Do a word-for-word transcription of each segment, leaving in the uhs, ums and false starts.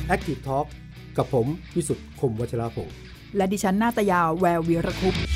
Active Talk กับผมวิสุทธิ์คมวัชรพงศ์และดิฉันนาตยาแวววีรคุปต์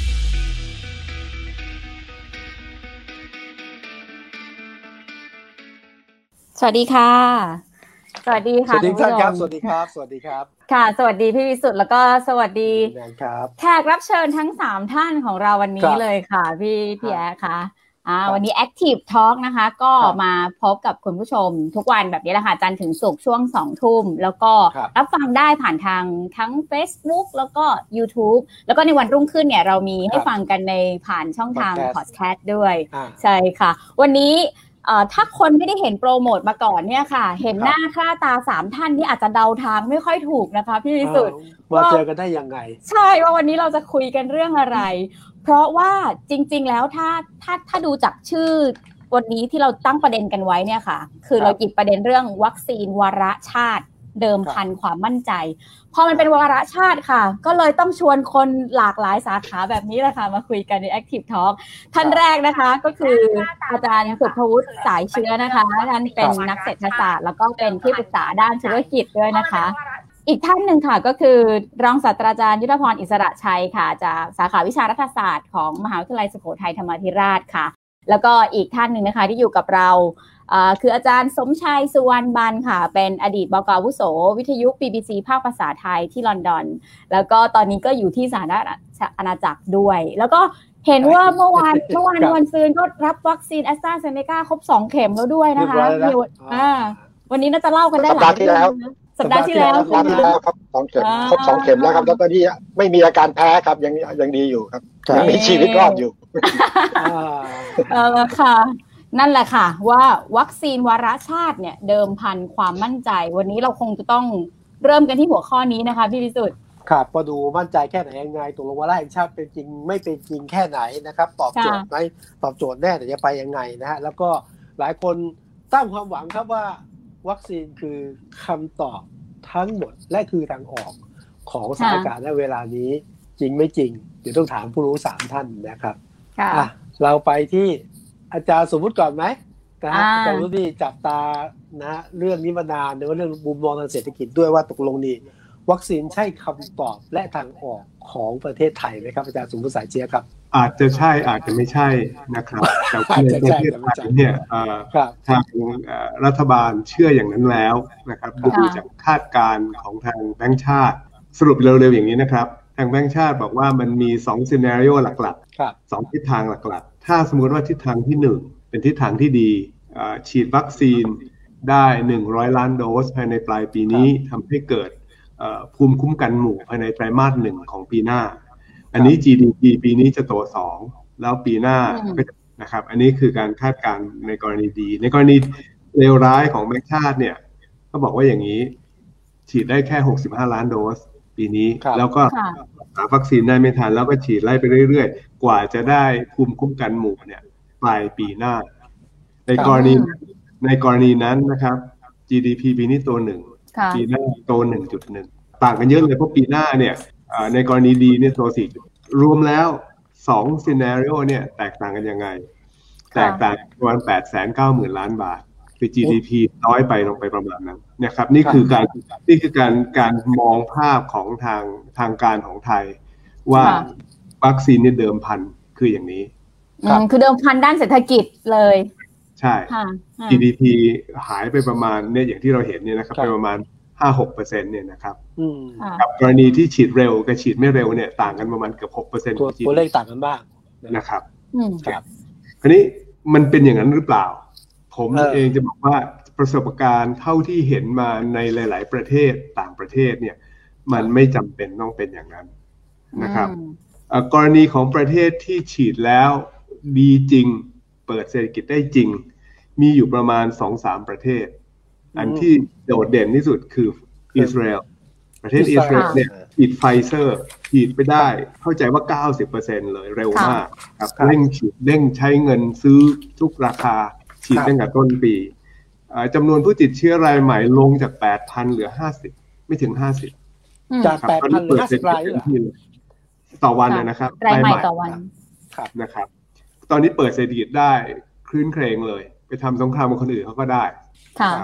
สวัสดีค่ะสวัสดีค่ะสวัสดีครับสวัสดีครับสวัสดีครับค่ะสวัสดีพี่วิสุทธิ์แล้วก็สวัสดีครับแขกรับเชิญทั้งสามท่านของเราวันนี้เลยค่ะพี่พี่แอ๊ะค่ะอ่าวันนี้ Active Talk นะคะก็มาพบกับคุณผู้ชมทุกวันแบบนี้แหละค่ะจันทร์ถึงศุกร์ช่วง สองทุ่มแล้วก็รับฟังได้ผ่านทางทั้ง Facebook แล้วก็ YouTube แล้วก็ในวันรุ่งขึ้นเนี่ยเรามีให้ฟังกันในผ่านช่องทาง Podcast ด้วยใช่ค่ะวันนี้เอ่อถ้าคนไม่ได้เห็นโปรโมทมาก่อนเนี่ยค่ะเห็นหน้าค่าตาสามท่านที่อาจจะเดาทางไม่ค่อยถูกนะคะพี่วิสุทธิ์มาเจอกันได้ยังไงใช่ว่าวันนี้เราจะคุยกันเรื่องอะไรเพราะว่าจริงๆแล้วถ้าถ้าถ้าดูจากชื่อวันนี้ที่เราตั้งประเด็นกันไว้เนี่ยค่ะคือเราหยิบประเด็นเรื่องวัคซีนวาระชาติเดิมพันความมั่นใจพอมันเป็นวาระชาติค่ะก็เลยต้องชวนคนหลากหลายสาขาแบบนี้แหละค่ะมาคุยกันใน Active Talk ท่านแรกนะคะก็คืออาจารย์สุภวุฒิสายเชื้อนะคะท่านเป็นนักเศรษฐศาสตร์แล้วก็เป็นที่ปรึกษาด้านธุรกิจด้วยนะคะอีกท่านหนึ่งค่ะก็คือรองศาสตราจารย์ยุทธพรอิสระชัยค่ะจากสาขาวิชารัฐศาสตร์ของมหาวิทยาลัยสุโขทัยธรรมาธิราชค่ะแล้วก็อีกท่านหนึ่งนะคะที่อยู่กับเราคืออาจารย์สมชัยสุวรรณบันค่ะเป็นอดีตบก.อาวุโสวิทยุ บี บี ซี ภาคภาษาไทยที่ลอนดอนแล้วก็ตอนนี้ก็อยู่ที่สหราชอาณาจักรด้วยแล้วก็เห็นว่าเมื่อวานเมื่อวานวันซืนก็รับวัคซีนแอสตราเซเนกาครบสองเข็มแล้วด้วยนะคะอ่าวันนี้น่าจะเล่ากันได้หลายเรื่องสัปดาห์ที่แล้วสัปดาห์ที่แล้วครับสองเข็มครบสองเข็มแล้วครับแล้วตอนนี้ไม่มีอาการแพ้ครับยังยังดีอยู่ครับยังมีชีวิตรอดอยู่เออค่ะนั่นแหละค่ะว่าวัคซีนวาระชาติเนี่ยเดิมพันความมั่นใจวันนี้เราคงจะต้องเริ่มกันที่หัวข้อนี้นะคะพี่วิสุทธิ์ครับพอดูมั่นใจแค่ไหนยังไงตกลงวาระแห่งชาติเป็นจริงไม่เป็นจริงแค่ไหนนะครับตอบโจทย์ไหมตอบโจทย์แน่แต่จะไปยังไงนะฮะแล้วก็หลายคนตั้งความหวังครับว่าวัคซีนคือคำตอบทั้งหมดและคือทางออกของสถานการณ์ณเวลานี้จริงไม่จริงเดี๋ยวต้องถามผู้รู้สามท่านนะครับอ่ะเราไปที่อาจารย์สมมุติก่อนไหมนะฮะอาจารย์รู้ที่จับตานะฮะเรื่องนี้มานานในเรื่องมุมมองทางเศรษฐกิจด้วยว่าตกลงนี่วัคซีนใช่คำตอบและทางออกของประเทศไทยไหมครับอาจารย์สมมุติสายเจี๊ยบครับอาจจะใช่อาจจะไม่ใช่นะครับแต่ในประเทศไทยเนี่ยทางรัฐบาลเชื่ออย่างนั้นแล้วนะครับดูจากคาดการณ์ของทางแบงก์ชาติสรุปเร็วๆอย่างนี้นะครับทางแบงก์ชาติบอกว่ามันมีสองซีนาริโอหลักๆสองทิศทางหลักๆถ้าสมมติว่าทิศทางที่หนึ่งเป็นทิศทางที่ดีฉีดวัคซีนได้หนึ่งร้อยล้านโดสภายในปลายปีนี้ทำให้เกิดภูมิคุ้มกันหมู่ภายในไตรมาสหนึ่งของปีหน้าอันนี้ จี ดี พี ปีนี้จะโตสองแล้วปีหน้านะครับอันนี้คือการคาดการณ์ในกรณีดีในกรณีเลวร้ายของแบงก์ชาติเนี่ยก็บอกว่าอย่างนี้ฉีดได้แค่หกสิบห้าล้านโดสปีนี้แล้วก็หาวัคซีนได้ไม่ทันแล้วก็ฉีดไล่ไปเรื่อยๆกว่าจะได้ภูมิคุ้มกันหมู่เนี่ยปลายปีหน้าในกรณีในกรณีนั้นนะครับ จี ดี พี ปีนี้โตหนึ่งปีหน้าโต หนึ่งจุดหนึ่ง ต่างกันเยอะเลยเพราะปีหน้าเนี่ยในกรณีดีเนี่ยโตสี่รวมแล้วสองซีนาริโอเนี่ยแตกต่างกันยังไงแตกต่างประมาณ แปดแสนเก้าหมื่น ล้านบาทคือ จี ดี พี น้อยไปลงไปประมาณนั้นนะครับนี่คือการนี่คือการการมองภาพของทางทางการของไทยว่าวัคซีนเนี่ยเดิมพันคืออย่างนี้คือเดิมพันด้านเศรษฐกิจเลยใช่ จี ดี พี หายไปประมาณเนี่ยอย่างที่เราเห็นเนี่ยนะครับไปประมาณ ห้าถึงหกเปอร์เซ็นต์ เนี่ยนะครับกับกรณีที่ฉีดเร็วกับฉีดไม่เร็วเนี่ยต่างกันประมาณเกือบ หกเปอร์เซ็นต์ตัวเลขต่างกันบ้างนะครับครับคราวนี้มันเป็นอย่างนั้นหรือเปล่าผมเองจะบอกว่าประสบการณ์เท่าที่เห็นมาในหลายๆประเทศต่างประเทศเนี่ยมันไม่จำเป็นต้องเป็นอย่างนั้นนะครับกรณีของประเทศที่ฉีดแล้วดีจริงเปิดเศรษฐกิจได้จริงมีอยู่ประมาณ สองถึงสาม ประเทศอันที่โดดเด่นที่สุดคืออิสราเอลประเทศอิสราเอลเนี่ยฉีดไฟเซอร์ฉีดไปได้เข้าใจว่า เก้าสิบเปอร์เซ็นต์ เลยเร็วมากครับเร่งฉีดเร่งใช้เงินซื้อทุกราคาฉีดตั้งแต่ต้นปีจำนวนผู้ติดเชื้อรายใหม่ลงจาก แปดพัน เหลือห้าสิบไม่ถึงห้าสิบจาก แปดพัน เหลือห้าสิบรายต่อวันนะครับรายใหม่ต่อวันนะครับตอนนี้เปิดเศรษฐกิจได้คลื่นเครงเลยไปทำสงครามกับคนอื่นเขาก็ได้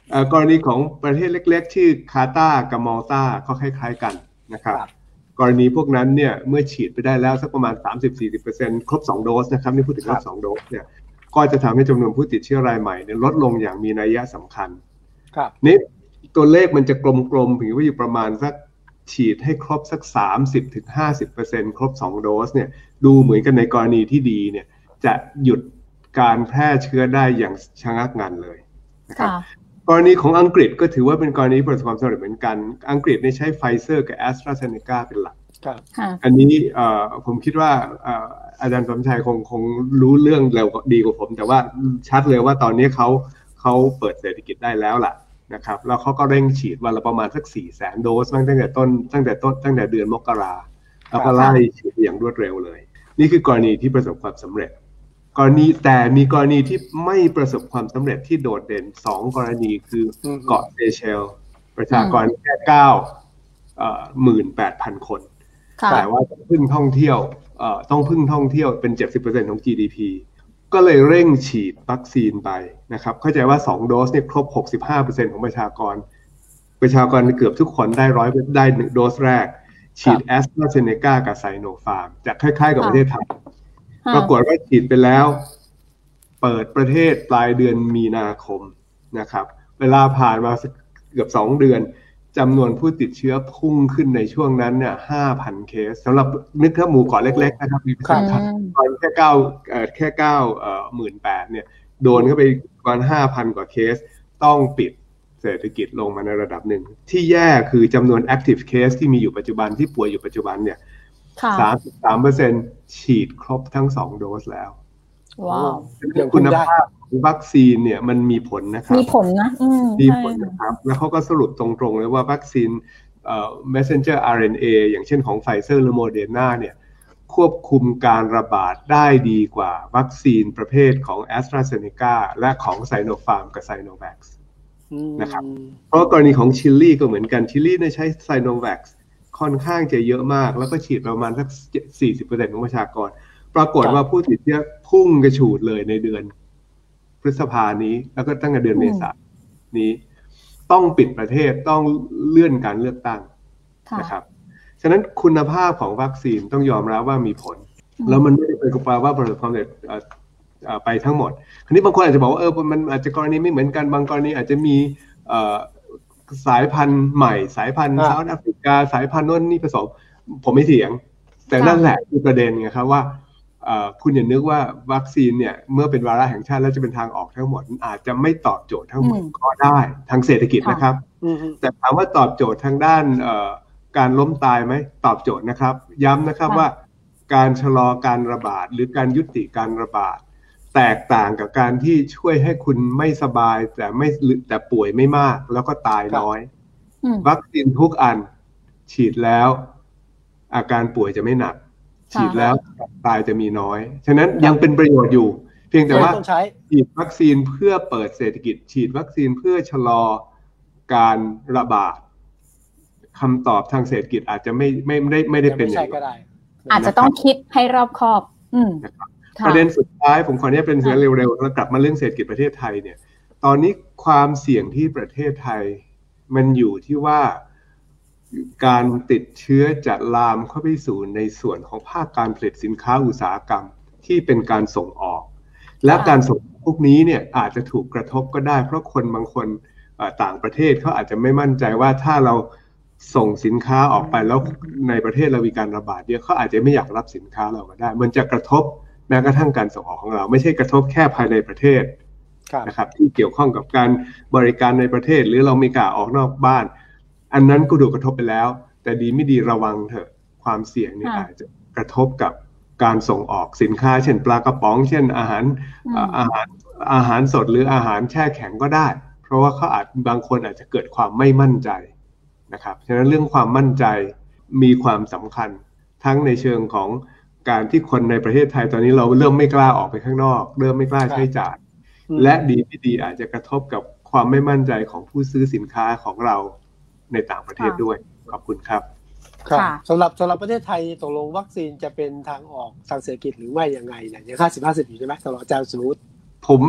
กรณีของประเทศเล็กๆชื่อคาตาร์กับมัลตาก็คล้ายๆกันนะครับกรณีพวกนั้นเนี่ยเมื่อฉีดไปได้แล้วสักประมาณ สามสิบถึงสี่สิบเปอร์เซ็นต์ ครบสองโดสนะครับนี่พูดถึงครบสองโดสเนี่ยก็จะทำให้จำนวนผู้ติดเชื้อรายใหม่เนี่ยลดลงอย่างมีนัยสำคัญนี่ตัวเลขมันจะกลมๆถึงว่าอยู่ประมาณสักฉีดให้ครบสัก สามสิบถึงห้าสิบเปอร์เซ็นต์ ครบสองโดสเนี่ยดูเหมือนกันในกรณีที่ดีเนี่ยจะหยุดการแพร่เชื้อได้อย่างชะงักงันเลยนะครับกรณีของอังกฤษก็ถือว่าเป็นกรณีประสบความสำเร็จเหมือนกันอังกฤษเนี่ยใช้ไฟเซอร์กับแอสตราเซเนกาเป็นหลักอันนี้ผมคิดว่าอาจารย์สมชัยคงคงรู้เรื่องเร็วดีกว่าผมแต่ว่าชัดเลยว่าตอนนี้เขาเขาเปิดเศรษฐกิจได้แล้วล่ะนะครับแล้วเขาก็เร่งฉีดวันละประมาณสักสี่แสนโดสตั้งแต่ต้นตั้งแต่ต้นตั้งแต่เดือนมกราแล้วก็ไล่ฉีดอย่างรวดเร็วเลยนี่คือกรณีที่ประสบความสำเร็จกรณีแต่มีกรณีที่ไม่ประสบความสำเร็จที่โดดเด่นสองกรณีคือเกาะเซเชลประชากรแค่เก้าหมื่นแปดพันคนแต่ว่าต้องพึ่งท่องเที่ยวต้องพึ่งท่องเที่ยวเป็น เจ็ดสิบเปอร์เซ็นต์ ของ จี ดี พี ก็เลยเร่งฉีดวัคซีนไปนะครับเข้าใจว่าสองโดสเนี่ยครบ หกสิบห้าเปอร์เซ็นต์ ของประชากรประชากรเกือบทุกคนได้ร้อยได้หนึ่งโดสแรกฉีดแอสตราเซเนกากับไซโนฟาร์มจะคล้ายๆกับประเทศไทยปรากฏว่าฉีดไปแล้วเปิดประเทศปลายเดือนมีนาคมนะครับเวลาผ่านมาเกือบสองเดือนจำนวนผู้ติดเชื้อพุ่งขึ้นในช่วงนั้นเนี่ย ห้าพัน เคสสำหรับนึกถึงหมู่เกาะเล็กๆนะครับมีประชากรแค่เก้าเอ่อแค่เก้าเอ่อ หนึ่งหมื่นแปดพัน เนี่ยโดนเข้าไปประมาณ ห้าพัน กว่าเคสต้องปิดเศรษฐกิจลงมาในระดับหนึ่งที่แย่คือจำนวน active case ที่มีอยู่ปัจจุบันที่ป่วยอยู่ปัจจุบันเนี่ยสามสิบสามเปอร์เซ็นต์ ฉีดครบทั้งสองโดสแล้วว้าวคุณภาพวัคซีนเนี่ยมันมีผลนะครับมีผลนะมีผลนะครับแล้วเขาก็สรุปตรงๆเลยว่าวัคซีนเอ่อ messenger อาร์ เอ็น เอ อย่างเช่นของ Pfizer หรือ Moderna เนี่ยควบคุมการระบาดได้ดีกว่าวัคซีนประเภทของ AstraZeneca และของ Sinopharm กับ Sinovac นะครับเพราะกรณีของชิลีก็เหมือนกันชิลีเนี่ยใช้ Sinovac ค่อนข้างจะเยอะมากแล้วก็ฉีดประมาณสัก สี่สิบเปอร์เซ็นต์ ของประชากรปรากฏว่าผู้ติดเชื้อพุ่งกระฉูดเลยในเดือนพฤษภานี้แล้วก็ตั้งแต่เดือนเมษายนนี้ต้องปิดประเทศต้องเลื่อนการเลือกตั้งนะครับฉะนั้นคุณภาพของวัคซีนต้องยอมรับว่ามีผลแล้วมันไม่ได้เป็นกลายว่าประสบความสำเร็จไปทั้งหมดคราวนี้บางคนอาจจะบอกว่าเออมันอาจจะกรณีไม่เหมือนกันบางกรณีอาจจะมีสายพันธุ์ใหม่สายพันธุ์เซาท์แอฟริกาสายพันธุ์โน่นนี่ผสมผมไม่เถียงแต่นั่นแหละคือประเด็นไงครับว่าคุณอย่านึกว่าวัคซีนเนี่ยเมื่อเป็นวาระแห่งชาติแล้วจะเป็นทางออกทั้งหมดอาจจะไม่ตอบโจทย์ทั้งหมดก็ได้ทางเศรษฐกิจนะครับแต่ถามว่าตอบโจทย์ทางด้านการล้มตายไหมตอบโจทย์นะครับย้ำนะครับว่าการชะลอการระบาดหรือการยุติการระบาดแตกต่างกับการที่ช่วยให้คุณไม่สบายแต่ไม่แต่ป่วยไม่มากแล้วก็ตายน้อยวัคซีนทุกอันฉีดแล้วอาการป่วยจะไม่หนักฉีดแล้วตายจะมีน้อยฉะนั้นยังเป็นประโยชน์อยู่เพียงแต่ว่าฉีดวัคซีนเพื่อเปิดเศรษฐกิจฉีดวัคซีนเพื่อชะลอการระบาดคำตอบทางเศรษฐกิจอาจจะไม่ไม่ได้ไม่ได้เป็นอย่างนั้นอาจจะต้องคิดให้รอบคอบประเด็นสุดท้ายผมขออนุญาตเป็นเร็วๆแล้วกลับมาเรื่องเศรษฐกิจประเทศไทยเนี่ยตอนนี้ความเสี่ยงที่ประเทศไทยมันอยู่ที่ว่าการติดเชื้อจะลามเข้าไปสู่ในส่วนของภาคการผลิตสินค้าอุตสาหกรรมที่เป็นการส่งออกและการส่งพวกนี้เนี่ยอาจจะถูกกระทบก็ได้เพราะคนบางคนต่างประเทศเขาอาจจะไม่มั่นใจว่าถ้าเราส่งสินค้าออกไปแล้วในประเทศเรามีการระบาดเยอะเขาอาจจะไม่อยากรับสินค้าเราก็ได้มันจะกระทบแม้กระทั่งการส่งออกของเราไม่ใช่กระทบแค่ภายในประเทศนะครับที่เกี่ยวข้องกับการบริการในประเทศหรือเราไม่กล้าออกนอกบ้านอันนั้นก็ดูกระทบไปแล้วแต่ดีไม่ดีระวังเถอะความเสี่ยงนี่อาจจะกระทบกับการส่งออกสินค้าเช่นปลากระป๋องเช่นอาหารอาหารอาหารสดหรืออาหารแช่แข็งก็ได้เพราะว่าเขาอาจบางคนอาจจะเกิดความไม่มั่นใจนะครับฉะนั้นเรื่องความมั่นใจมีความสำคัญทั้งในเชิงของการที่คนในประเทศไทยตอนนี้เราเริ่มไม่กล้าออกไปข้างนอกเริ่มไม่กล้าใช้จ่ายและดีไม่ดีอาจจะกระทบกับความไม่มั่นใจของผู้ซื้อสินค้าของเราในต่างประเทศด้วยขอบคุณครับครับสำหรับสำหรับประเทศไทยตกลงวัคซีนจะเป็นทางออกทางเศรษฐกิจหรือไม่ยังไงเนี่ยยังห้าสิบห้าสิบอยู่ใช่ไหมสำหรับอาจารย์สรุปผม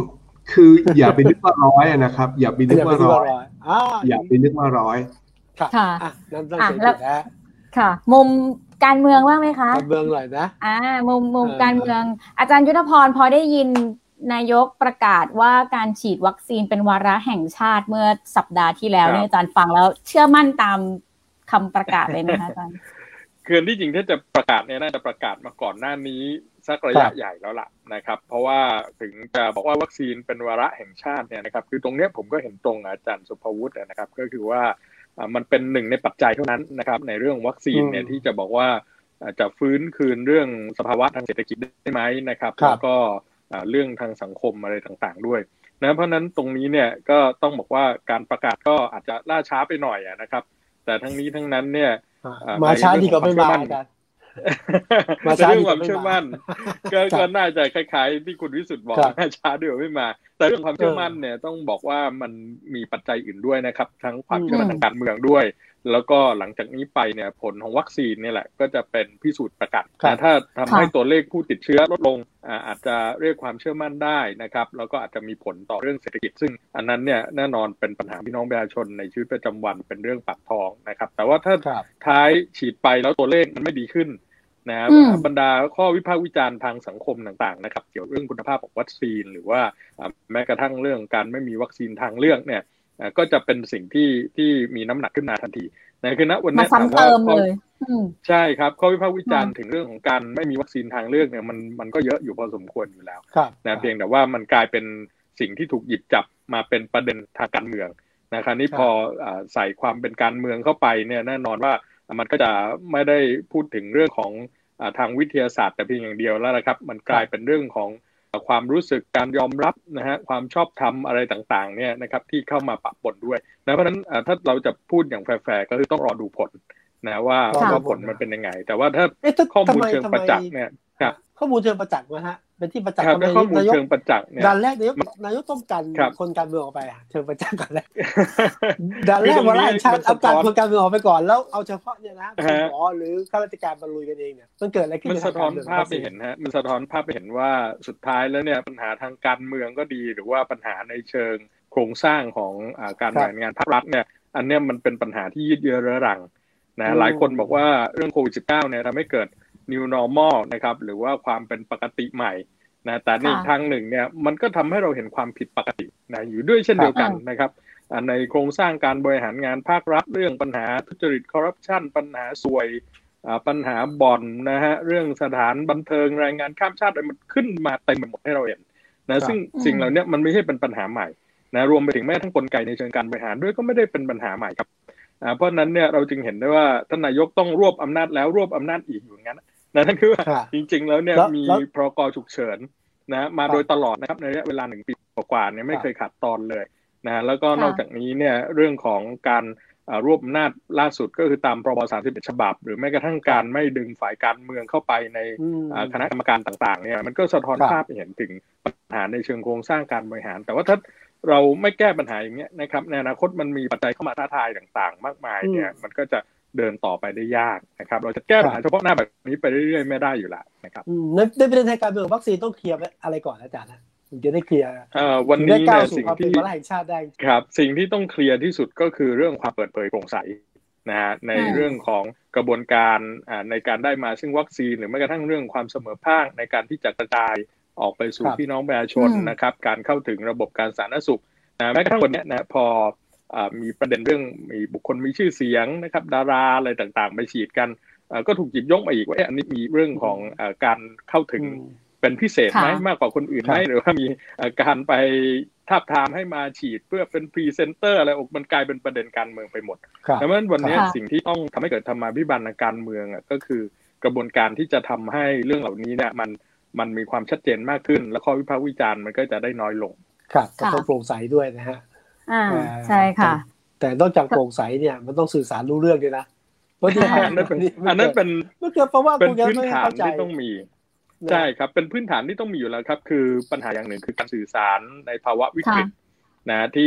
คืออย่าไปนึกว่าร้อยนะครับอย่าไปนึกว่าร้อยอย่าไปนึกว่าร้อยค่ะอ่ะนั่นต้องเสียจุดนะค่ะมุมการเมืองว่างไหมคะการเมืองหน่อยนะอ่ามุมมุมการเมืองอาจารย์ยุทธพรพอได้ยินนายกประกาศว่าการฉีดวัคซีนเป็นวาระแห่งชาติเมื่อสัปดาห์ที่แล้วเนี่ยอาจารย์ฟังแล้วเชื่อมั่นตามคำประกาศเลยนะคะอาจารย์คือที่จริงถ้าจะประกาศเนี่ยน่าจะประกาศมาก่อนหน้านี้สักระยะใหญ่แล้วล่ะนะครับเพราะว่าถึงจะบอกว่าวัคซีนเป็นวาระแห่งชาติเนี่ยนะครับคือตรงเนี้ยผมก็เห็นตรงอาจารย์สุภวุฒินะครับก็คือว่ามันเป็นหนึ่งในปัจจัยเท่านั้นนะครับในเรื่องวัคซีนเนี่ยที่จะบอกว่าจะฟื้นคืนเรื่องสภาวะทางเศรษฐกิจได้ไหมนะครับแล้วก็เรื่องทางสังคมอะไรต่างๆด้วยนะเพราะนั้นตรงนี้เนี่ยก็ต้องบอกว่าการประกาศก็อาจจะล่าช้าไปหน่อยนะครับแต่ทั้งนี้ทั้งนั้นเนี่ยมาช้าดีกว่าไม่มากันมาช้าดีกว่าไม่เชื่อมั่นก็ก็น่าจะคล้ายๆที่คุณวิสุทธิ์บอกมาช้าดีกว่าไม่มาแต่เรื่องความเชื่อมั่นเนี่ยต้องบอกว่ามันมีปัจจัยอื่นด้วยนะครับทั้งความเชื่อมั่นทางการเมืองด้วยแล้วก็หลังจากนี้ไปเนี่ยผลของวัคซีนนี่แหละก็จะเป็นพิสูจน์ประกัศแต่ถ้าทำให้ตัวเลขผู้ติดเชื้อลดลงอาจจะเรียกความเชื่อมั่นได้นะครับแล้วก็อาจจะมีผลต่อเรื่องเศรษฐกิจซึ่งอันนั้นเนี่ยแน่นอนเป็นปัญหาพี่น้องประชาชนในชีวิตประจำวันเป็นเรื่องปากท้องนะครับแต่ว่าถ้าท้ายฉีดไปแล้วตัวเลขมันไม่ดีขึ้นนะบรรดาข้อวิพากษ์วิจารณ์ทางสังคมต่างๆนะครับเกี่ยวเรื่องคุณภาพของวัคซีนหรือว่าแม้กระทั่งเรื่องการไม่มีวัคซีนทางเลือกเนี่ยก็จะเป็นสิ่งที่ที่มีน้ำหนักขึ้นมาทันทีนะคือณวันนี้มาซ้ำเติมเลยใช่ครับข้อวิพากษ์วิจารณ์ถึงเรื่องของการไม่มีวัคซีนทางเลือกเนี่ยมันมันก็เยอะอยู่พอสมควรอยู่แล้วนะเพียงแต่ว่ามันกลายเป็นสิ่งที่ถูกหยิบจับมาเป็นประเด็นทางการเมืองนะครับนี่พอใส่ความเป็นการเมืองเข้าไปเนี่ยแน่นอนว่ามันก็จะไม่ได้พูดถึงเรื่องของทางวิทยาศาสตร์แต่เพียงอย่างเดียวแล้วนะครับมันกลายเป็นเรื่องของความรู้สึกการยอมรับนะฮะความชอบธรรมอะไรต่างๆเนี่ยนะครับที่เข้ามาปะปนด้วยนะเพราะฉะนั้นถ้าเราจะพูดอย่างแฟร์ๆก็คือต้องรอดูผลนะว่าว่าผลมันเป็นยังไงแต่ว่าถ้าข้อมูลเชิงประจักษ์เนี่ยข้อมูลเชิงประจักษ์นะฮะเป็นที่ประจักษ์ในข้อมูลเชิงประจักษ์เนี่ยด้านแรกนายกนายกต้องการคนการเมืองออกไปเชิงประจักษ์ก่อนเลยด้านแรกว่าไล่ชาติเอาการคนการเมืองออกไปก่อนแล้วเอาเฉพาะเนี่ยนะหมอหรือข้าราชการบรรลุยกันเองเนี่ยมันเกิดอะไรขึ้นมันสะท้อนภาพไปเห็นฮะมันสะท้อนภาพไปเห็นว่าสุดท้ายแล้วเนี่ยปัญหาทางการเมืองก็ดีหรือว่าปัญหาในเชิงโครงสร้างของการบริหารงานภาครัฐเนี่ยอันนี้มันเป็นปัญหาที่ยืดเยื้อเรื้อรังนะหลายคนบอกว่าเรื่องโควิด สิบเก้า เนี่ยทำให้เกิด new normal นะครับหรือว่าความเป็นปกติใหม่นะแต่ในทางหนึ่งเนี่ยมันก็ทำให้เราเห็นความผิดปกตินะอยู่ด้วยเช่นเดียวกันนะครับในโครงสร้างการบริหารงานภาครัฐเรื่องปัญหาทุจริตคอร์รัปชันปัญหาสวยปัญหาบ่อนนะฮะเรื่องสถานบันเทิงแรงงานข้ามชาติอะไรมันขึ้นมาเต็มไปหมดให้เราเห็นนะซึ่งสิ่งเหล่านี้มันไม่ใช่เป็นปัญหาใหม่นะรวมไปถึงแม้ทั้งกลไกในเชิงการบริหารด้วยก็ไม่ได้เป็นปัญหาใหม่ครับเพราะนั้นเนี่ยเราจึงเห็นได้ว่าท่านนายกต้องรวบอำนาจแล้วรวบอำนาจอีกอยู่งั้นนั่นคือว่าจริงๆแล้วเนี่ยมีพรกฉุกเฉินนะมาโดยตลอดนะครับในระยะเวลาหนึ่งปีกว่าเนี่ยไม่เคยขาดตอนเลยนะแล้วก็นอกจากนี้เนี่ยเรื่องของการรวบอำนาจล่าสุดก็คือตามพรบสามสิบเอ็ดฉบับหรือแม้กระทั่งการไม่ดึงฝ่ายการเมืองเข้าไปในคณะกรรมการต่างๆเนี่ยมันก็สะท้อนภาพเห็นถึงปัญหาในเชิงโครงสร้างการบริหารแต่ว่าถ้าเราไม่แก้ปัญหาอย่างเงี้ยนะครับในอนาคตมันมีปัจจัยเข้ามาท้าทายต่างๆมากมายเนี่ยมันก็จะเดินต่อไปได้ยากนะครับเราจะแก้ปัญหาเฉพาะหน้าแบบนี้ไปเรื่อยๆไม่ได้อยู่แล้วนะครับในในประเด็นทางการเมืองวัคซีนต้องเคลียร์อะไรก่อนอาจารย์นะถึงจะได้เคลียร์วันนี้เนี่ยสิ่งที่วาระแห่งชาติได้ครับสิ่งที่ต้องเคลียร์ที่สุดก็คือเรื่องความเปิดเผยโปร่งใสนะฮะในเรื่องของกระบวนการในการได้มาซึ่งวัคซีนหรือแม้กระทั่งเรื่องความเสมอภาคในการที่จะกระจายออกไปสู่พี่น้องประชาชนนะครับการเข้าถึงระบบการสาธารณสุขนะแม้กระทั่งวันนี้นะพอมีประเด็นเรื่องมีบุคคลมีชื่อเสียงนะครับดาราอะไรต่างๆไปฉีดกันก็ถูกหยิบยกมาอีกว่าอันนี้มีเรื่องของการเข้าถึงเป็นพิเศษไหมมากกว่าคนอื่นไหมหรือว่ามีการไปทาบทามให้มาฉีดเพื่อเป็นพรีเซนเตอร์อะไรออกมันกลายเป็นประเด็นการเมืองไปหมดดังนั้นวันนี้สิ่งที่ต้องทำให้เกิดธรรมาภิบาลทางการเมืองก็คือกระบวนการที่จะทำให้เรื่องเหล่านี้เนี่ยมันมันมีความชัดเจนมากขึ้นและข้อวิพากษ์วิจารณ์มันก็จะได้น้อยลงครับต้องโปร่งใสด้วยนะฮะอ่าใช่ค่ะแต่นอกจากโปร่งใสเนี่ยมันต้องสื่อสารรู้เรื่องด้วยนะเพราะที่อันนั้นเป็นอันนั้นเป็นเมื่อเกิดเพราะว่าเป็นพื้นฐานที่ต้องมีใช่ครับเป็นพื้นฐานที่ต้องมีอยู่แล้วครับคือปัญหาอย่างหนึ่งคือการสื่อสารในภาวะวิกฤตนะที่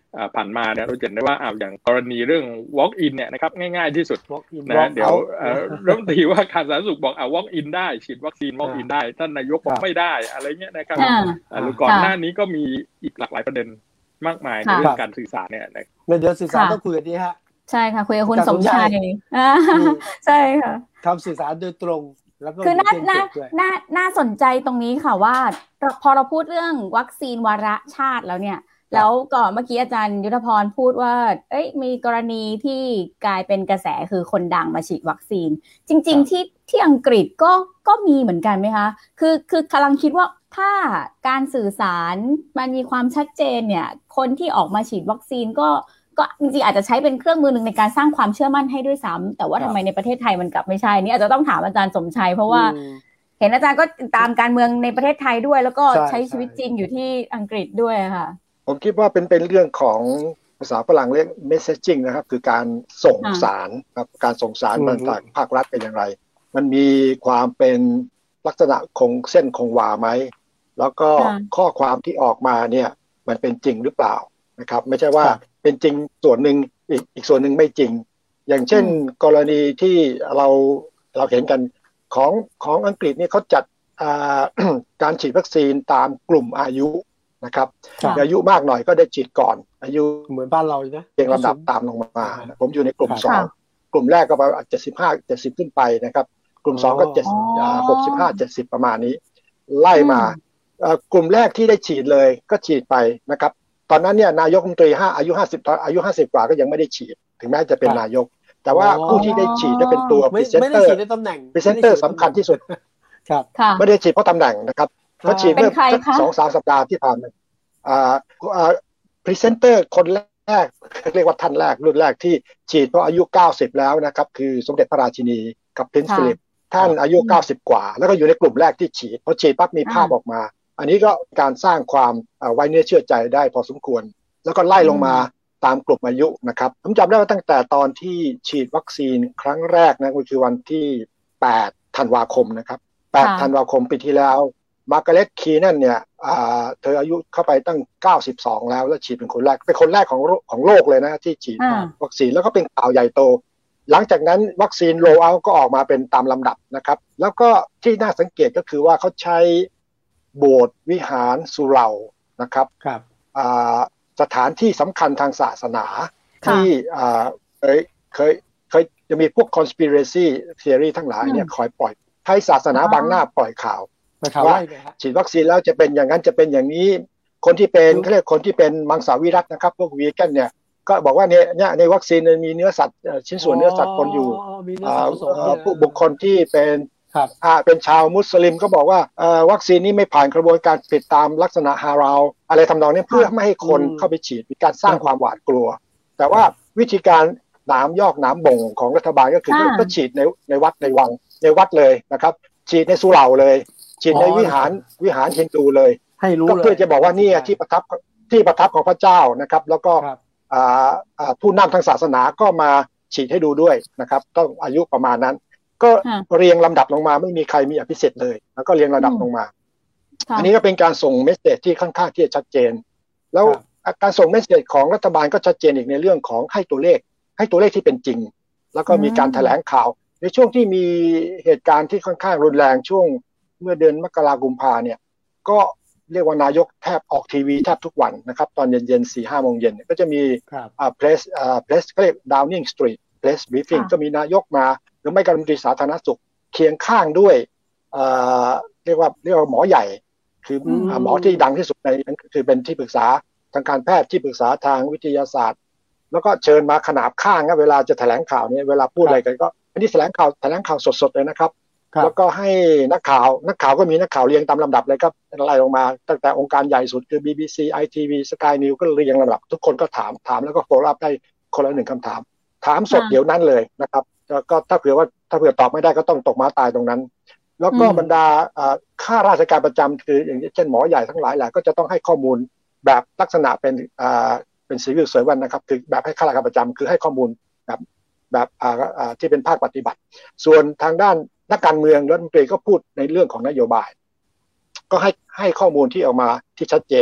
ผ่านมาเนี่ยเราเห็นได้ว่าอย่างกรณีเรื่อง walk in เนี่ยนะครับง่ายๆที่สุดนะเดี๋ยวรัฐมนตรีว่าการสาธารณสุขบอกอ่า walk in ได้ฉีดวัคซีน walk in ได้ท่านนายกบอกไม่ได้อะไรเงี้ยนะครับหรือก่อนหน้านี้ก็มีอีกหลากหลายประเด็นมากมายในเรื่องการสื่อสารเนี่ยเดี๋ยวสื่อสารต้องคุยกันดีฮะใช่ค่ะคุยกับคุณสมชัยใช่ค่ะทำสื่อสารโดยตรงแล้วก็คือน่าน่าน่าน่าสนใจตรงนี้ค่ะว่าพอเราพูดเรื่องวัคซีนวาระชาติแล้วเนี่ยแล้วก่อนเมื่อกี้อาจารย์ยุทธพรพูดว่าเอ้ยมีกรณีที่กลายเป็นกระแสคือคนดังมาฉีดวัคซีนจริงๆที่ที่อังกฤษก็ก็มีเหมือนกันไหมคะคือคือกำลังคิดว่าถ้าการสื่อสารมันมีความชัดเจนเนี่ยคนที่ออกมาฉีดวัคซีนก็ก็จริงๆอาจจะใช้เป็นเครื่องมือหนึ่งในการสร้างความเชื่อมั่นให้ด้วยซ้ำแต่ว่าทำไมในประเทศไทยมันกลับไม่ใช่นี่อาจจะต้องถามอาจารย์สมชัยเพราะว่าเห็นอาจารย์ก็ตามการเมืองในประเทศไทยด้วยแล้วก็ใช้ชีวิตจริงอยู่ที่อังกฤษด้วยค่ะผมคิดว่าเป็นเป็นเรื่องของภาษาฝรั่งเรียก messaging นะครับคือการส่งสารครับการส่งสารมาจากภาครัฐเป็นอย่างไรมันมีความเป็นลักษณะคงเส้นคงวาไหมแล้วก็ข้อความที่ออกมาเนี่ยมันเป็นจริงหรือเปล่านะครับไม่ใช่ว่าเป็นจริงส่วนหนึ่งอีกอีกส่วนหนึ่งไม่จริงอย่างเช่นกรณีที่เราเราเห็นกันของของอังกฤษนี่เขาจัดการฉีดวัคซีนตามกลุ่มอายุนะครับอายุมากหน่อยก็ได้ฉีดก่อนอายุเหมือนบ้านเรานะเรียงลำดับตามลงมาผมอยู่ในกลุ่มสองกลุ่มแรกก็ประมาณเจ็ดสิบห้า เจ็ดสิบขึ้นไปนะครับกลุ่มสองก็เจ็ดสิบ หกสิบห้า เจ็ดสิบประมาณนี้ไล่มากลุ่มแรกที่ได้ฉีดเลยก็ฉีดไปนะครับตอนนั้นเนี่ยนายกรัฐมนตรีห้าอายุห้าสิบอายุห้าสิบกว่าก็ยังไม่ได้ฉีดถึงแม้จะเป็นนายกแต่ว่าผู้ที่ได้ฉีดได้เป็นตัวพรีเซนเตอร์พรีเซนเตอร์สำคัญที่สุดครับไม่ได้ฉีดเพราะตำแหน่งนะครับเขาฉีดเมื่อสองสามสัปดาห์ที่ผ่านมาอ่าอ่าพรีเซนเตอร์คนแรกเรียกว่าท่านแรกรุ่นแรกที่ฉีดเพราะอายุเก้าสิบแล้วนะครับคือสมเด็จพระราชินีกับพรินซ์ฟิลิปท่านอายุเก้าสิบกว่าแล้วก็อยู่ในกลุ่มแรกที่ฉีดพอฉีดปั๊บมีภาพออกมาอันนี้ก็การสร้างความไว้เนื้อเชื่อใจได้พอสมควรแล้วก็ไล่ลงมาตามกลุ่มอายุนะครับผมจำได้ว่าตั้งแต่ตอนที่ฉีดวัคซีนครั้งแรกนะก็คือวันที่แปดธันวาคมนะครับแปดธันวาคมปีที่แล้วมาร์กาเร็ตคีนั่นเนี่ยเธออายุเข้าไปตั้งเก้าสิบสองแล้วแล้วฉีดเป็นคนแรกเป็นคนแรกของของโลกเลยนะที่ฉีดวัคซีนแล้วก็เป็นข่าวใหญ่โตหลังจากนั้นวัคซีนโรลเอาท์ก็ออกมาเป็นตามลำดับนะครับแล้วก็ที่น่าสังเกตก็คือว่าเขาใช้โบสถ์วิหารสุเหร่านะครับสถานที่สำคัญทางศาสนาที่เคยเคยเคยจะมีพวก conspiracy theory ทั้งหลายเนี่ยคอยปล่อยให้ศาสนาบางหน้าปล่อยข่าวว่าฉีดวัคซีนแล้วจะเป็นอย่างนั้นจะเป็นอย่างนี้คนที่เป็นเขาเรียกคนที่เป็นมังสวิรัตินะครับพวกวีแกนเนี่ยก็บอกว่าเนี่ยเนี่ยในวัคซีนมีเนื้อสัตว์ชิ้นส่วนเนื้อสัตว์ปนอยู่ผู้บุคคลที่เป็นอ่าเป็นชาวมุสลิมก็บอกว่าวัคซีนนี้ไม่ผ่านกระบวนการติดตามลักษณะฮาราวอะไรทำนองนี้เพื่อไม่ให้คนเข้าไปฉีดมีการสร้างความหวาดกลัวแต่ว่าวิธีการหนามยอกหนามบ่งของรัฐบาลก็คือก็ฉีดในในวัดในวังในวัดเลยนะครับฉีดในสุเหร่าเลยฉีดในวิหารวิหารฮินดูเลยให้รู้ก็เพื่อจะบอกว่านี่ที่ประทับที่ประทับของพระเจ้านะครับแล้วก็ผู้นำทางศาสนาก็มาฉีดให้ดูด้วยนะครับต้องอายุประมาณนั้นก็เรียงลำดับลงมาไม่มีใครมีอภิสิทธิ์เลยแล้วก็เรียงลำดับลงมาอันนี้ก็เป็นการส่งเมสเสจที่ค่อนข้างที่จะชัดเจนแล้วการส่งเมสเสจของรัฐบาลก็ชัดเจนอีกในเรื่องของให้ตัวเลขให้ตัวเลขที่เป็นจริงแล้วก็มีการแถลงข่าวในช่วงที่มีเหตุการณ์ที่ค่อนข้างรุนแรงช่วงเมื่อเดือนมกราคมกุมภาเนี่ยก็เรียกว่านายกแทบออกทีวีแทบทุกวันนะครับตอนเย็นๆ สี่ห้าโมงเย็นก็จะมีอ่าเพลสอ่าเพลสเขาเรียก Downing Street Press Briefing ก็มีนายกมาหรือไม่ก็รัฐมนตรีสาธารณสุขเคียงข้างด้วยเอ่อเรียกว่าเรียกว่าหมอใหญ่คือหมอที่ดังที่สุดในคือเป็นที่ปรึกษาทางการแพทย์ที่ปรึกษาทางวิทยาศาสตร์แล้วก็เชิญมาขนาบข้างนะเวลาจะแถลงข่าวเนี่ยเวลาพูดอะไรกันก็อันนี้แถลงข่าวแถลงข่าวสดๆเลยนะครับแล้วก็ให้นักข่าวนักข่าวก็มีนักข่าวเรียงตามลำดับเลยครับไล่ลงมาตั้งแต่องค์การใหญ่สุดคือ บี บี ซี ไอ ที วี Sky News ก็เรียงลำดับทุกคนก็ถามถามแล้วก็โฟล์อัพได้คนละหนึ่งคำถามถามสดเดี๋ยวนั้นเลยนะครับก็ถ้าเผื่อว่าถ้าเผื่อตอบไม่ได้ก็ต้องตกม้าตายตรงนั้นแล้วก็บรรดาข้าราชการประจำคืออย่างเช่นหมอใหญ่ทั้งหลายแหละก็จะต้องให้ข้อมูลแบบลักษณะเป็นเป็นซีวิลเซอร์วันนะครับคือแบบให้ข้าราชการประจำคือให้ข้อมูลแบบแบบที่เป็นภาคปฏิบัติส่วนทางด้านนักการเมืองรัฐมนตรีก็พูดในเรื่องของนโยบายก็ให้ให้ข้อมูลที่ออกมาที่ชัดเจน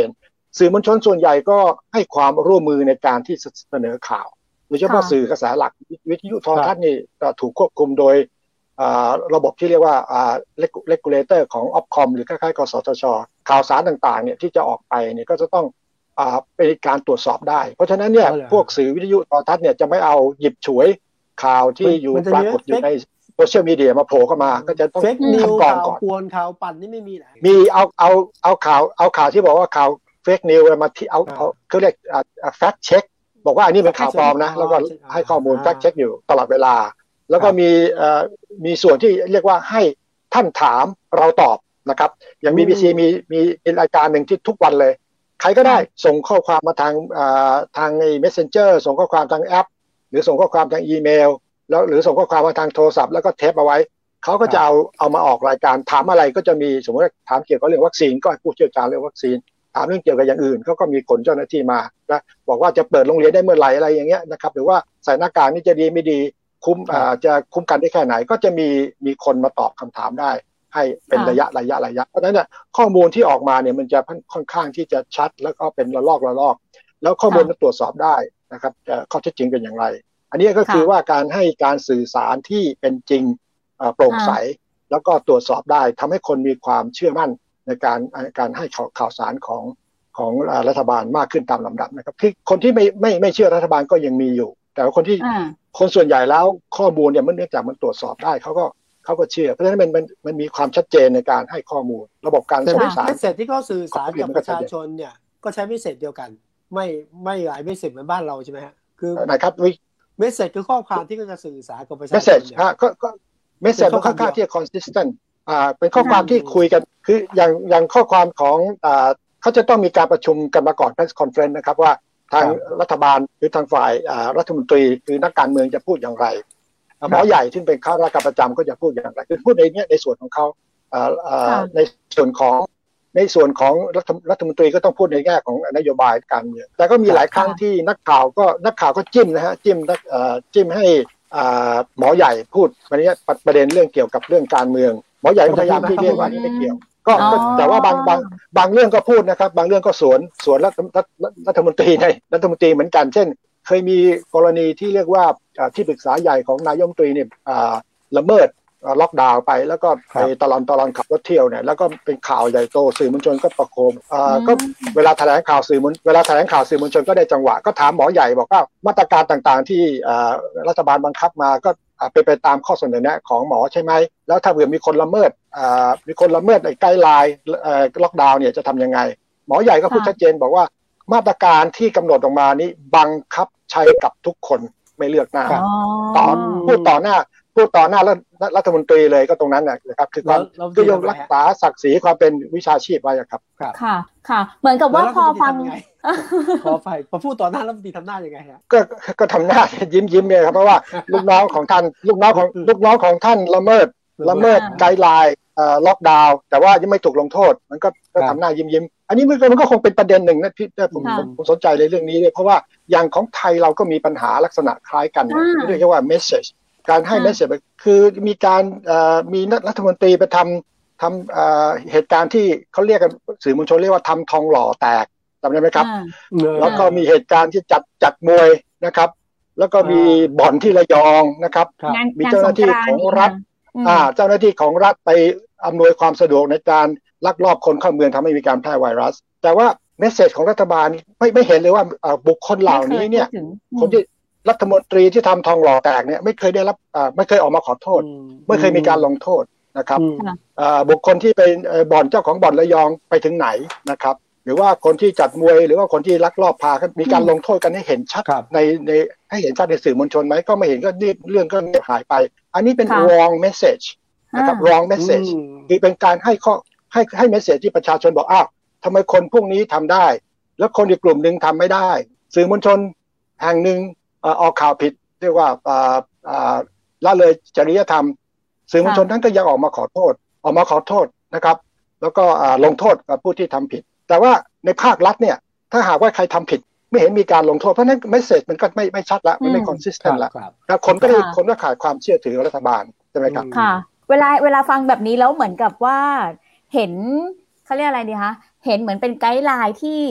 สื่อมวลชนส่วนใหญ่ก็ให้ความร่วมมือในการที่เสนอข่าวโดยเฉพาะสื่อกระแสหลักวิทยุโทรทัศน์นี่ถูกควบคุมโดยระบบที่เรียกว่า regulator ของ ออฟคอม หรือคล้ายๆกสทช.ข่าวสารต่างๆเนี่ยที่จะออกไปเนี่ยก็จะต้องเป็นการตรวจสอบได้เพราะฉะนั้นเนี่ยพวกสื่อวิทยุโทรทัศน์เนี่ยจะไม่เอาหยิบฉวยข่าวที่อยู่ปรากฏอยู่ในโซเชียลมีเดียมาโผล่เข้ามาก็จะต้องคัดกรองก่อนข่าวกวนข่าวปั่นนี่ไม่มีไหนมีเอาเอาเอาข่าวเอาข่าวที่บอกว่าข่าวเฟกนิวมาที่เอาเอาเขาเรียกแฟกต์เช็คบอกว่าอันนี้เป็นข่าวปลอมนะแล้วก็ให้ข้อมูลแฟกต์เช็คอยู่ตลอดเวลาแล้วก็มีมีส่วนที่เรียกว่าให้ท่านถามเราตอบนะครับอย่าง บี บี ซี มีมีรายการหนึ่งที่ทุกวันเลยใครก็ได้ส่งข้อความมาทางทางใน Messenger ส่งข้อความทางแอปหรือส่งข้อความทางอีเมลแล้วหรือส่งข้อความมาทางโทรศัพท์แล้วก็เทปเอาไว้เขาก็จะเอาเอามาออกรายการถามอะไรก็จะมีสมมติว่าถามเกี่ยวกับเรื่องวัคซีนก็ผู้เชี่ยวชาญเรื่องวัคซีนถามเรื่องเกี่ยวกับอย่างอื่นเขาก็มีคนเจ้าหน้าที่มานะบอกว่าจะเปิดโรงเรียนได้เมื่อไหร่อะไรอย่างเงี้ยนะครับหรือว่าใส่หน้ากากนี่จะดีไม่ดีคุ้มอ่าจะคุ้มกันได้แค่ไหนก็จะมีมีคนมาตอบคำถามได้ให้เป็นระยะระยะระยะเพราะฉะนั้นเนี่ยข้อมูลที่ออกมาเนี่ยมันจะค่อนข้างที่จะชัดแล้วก็เป็นระลอกระลอกแล้วข้อมูลมันตรวจสอบได้นะครับข้อเท็จจริงเป็นอย่างไรอันนี้ก็คือว่าการให้การสื่อสารที่เป็นจริงโปร่งใสแล้วก็ตรวจสอบได้ทำให้คนมีความเชื่อมั่นในการการให้ข่าวสารของของรัฐบาลมากขึ้นตามลำดับนะครับที่คนที่ไม่ไม่ไม่เชื่อรัฐบาลก็ยังมีอยู่แต่ว่าคนที่คนส่วนใหญ่แล้วข้อมูลเนี่ยมันเนื่องจากมันตรวจสอบได้เขาก็เขาก็เชื่อเพราะฉะนั้นมันมันมันมีความชัดเจนในการให้ข้อมูลระบบการสื่อสารเมสเสจที่เขาสื่อสารกับประชาชนเนี่ยก็ใช้เมสเสจเดียวกันไม่ไม่หลายเมสเสจเหมือนบ้านเราใช่ไหมฮะคือไหนครับเมสเสจคือข้อความที่เขาจะสื่อสารกับประชาชนเมสเสจฮะก็ก็เมสเสจมันค่อนข้างที่จะ consistent อ่าเป็นข้อความที่คุยกันคืออย่างอย่างข้อความของอ่าเขาจะต้องมีการประชุมกันมาก่อน press conference นะครับว่าทางรัฐบาลหรือทางฝ่ายอ่ารัฐมนตรีคือนักการเมืองจะพูดอย่างไรหมอใหญ่ที่เป็นข้าราชการประจำก็จะพูดอย่างไรคือพูดในนี้ในส่วนของเขาอ่าอ่าในส่วนของในส่วนของรัฐรัฐมนตรีก็ต้องพูดในแง่ของนโยบายการเมืองแต่ก็มีหลายครั้งที่นักข่าวก็นักข่าวก็จิ้มนะฮะจิ้มเอ่อจิ้มให้อ่าหมอใหญ่พูดวันนี้ประเด็นเรื่องเกี่ยวกับเรื่องการเมืองหมอใหญ่ก็พยายามที่เรียกว่านี่ไม่เกี่ยวก็แต่ว่าบางบางบางเรื่องก็พูดนะครับบางเรื่องก็สวนสวนรัฐรัฐมนตรีในรัฐมนตรีเหมือนกันเช่นเคยมีกรณีที่เรียกว่าที่ปรึกษาใหญ่ของนายกรัฐมนตรีเนี่ยละเมิดล็อกดาวน์ไปแล้วก็ไปตลอดตลอดขับรถเที่ยวเนี่ยแล้วก็เป็นข่าวใหญ่โตสื่อมวลชนก็ประโคมอ่าก็เวลาแถลงข่าวสื่อมวลเวลาแถลงข่าวสื่อมวลชนก็ได้จังหวะก็ถามหมอใหญ่บอกว่ามาตรการต่างๆที่รัฐบาลบังคับมาก็เป็นไปตามข้อเสนอแนะของหมอใช่ไหมแล้วถ้าเผื่อมีคนละเมิดมีคนละเมิดไอ้ไกด์ไลน์ล็อกดาวน์เนี่ยจะทำยังไงหมอใหญ่ก็พูดชัดเจนบอกว่ามาตรการที่กำหนดออกมานี้บังคับใช้กับทุกคนไม่เลือกหน้าต่อพูดต่อหน้าพูดต่อหน้าแล้วรัฐมนตรีเลยก็ตรงนั้นนะครับคือความก็ยอมรักษาศักดิ์ศรีความเป็นวิชาชีพไว้ครับค่ะค่ะเหมือนกับว่าพอฟังพอไฟพอพูดต่อหน้ารัฐมนตรีทำหน้ายังไงฮะก็ก็ทำหน้ายิ้มยิ้มเลยครับเพราะว่าลูกน้องของท่านลูกน้องของลูกน้องของท่านละเมิดละเมิดไกด์ไลน์ล็อกดาวน์แต่ว่ายังไม่ถูกลงโทษมันก็ก็ทำหน้ายิ้มยิ้มอันนี้มันก็มันก็คงเป็นประเด็นหนึ่งนะพี่ผมผมสนใจในเรื่องนี้เลยเพราะว่าอย่างของไทยเราก็มีปัญหาลักษณะคล้ายกันเรียกว่า message การให้ message คือมีการมีรัฐมนตรีไปทำทำเหตุการณ์ที่เขาเรียกกันสื่อมวลชนเรียกว่าทำทองหล่อแตกจำได้ไหมครับแล้วก็มีเหตุการณ์ที่จัดจัดมวยนะครับแล้วก็มีบ่อนที่ระยองนะครับมีเจ้าหน้าที่ของรัฐอ่าเจ้าหน้าที่ของรัฐไปอำนวยความสะดวกในการลักลอบคนเข้าเมืองทำให้มีการแพร่ไวรัสแต่ว่าเมสเสจของรัฐบาลไม่ไม่เห็นเลยว่าบุคคลเหล่านี้เนี่ยคนที่รัฐมนตรีที่ทำทองหล่อแตกเนี่ยไม่เคยได้รับไม่เคยออกมาขอโทษไม่เคยมีการลงโทษนะครับบุคคลที่เป็นบ่อนเจ้าของบ่อนระยองไปถึงไหนนะครับหรือว่าคนที่จัดมวยหรือว่าคนที่ลักลอบพามีการลงโทษกันให้เห็นชัดในในให้เห็นชัดในสื่อมวลชนไหมก็ไม่เห็นก็เรื่องก็หายไปอันนี้เป็น wrong message นะครับ wrong message คือเป็นการให้ข้อให้ให้ message ที่ประชาชนบอกอ้าวทำไมคนพวกนี้ทำได้แล้วคนอีกกลุ่มหนึ่งทำไม่ได้สื่อมวลชนแห่งหนึ่งออกข่าวผิดเรียกว่าละเลยจริยธรรมสื่อมวลชนนั้นก็ยังออกมาขอโทษออกมาขอโทษนะครับแล้วก็ลงโทษกับผู้ที่ทำผิดแต่ว่าในภาครัฐเนี่ยถ้าหากว่าใครทำผิดไม่เห็นมีการลงโทษเพราะนั้นเมสเสจมันก็ไม่ไม่ชัดละมันไม่คอนซิสเทนต์ละแล้วคนก็ได้คนก็ขาดความเชื่อถือรัฐบาลใช่ไหมครับค่ะเวลาเวลาฟังแบบนี้แล้วเหมือนกับว่าเห็นเขาเรียกอะไรดีคะเห็นเหมือนเป็นไกด์ไลน์ที่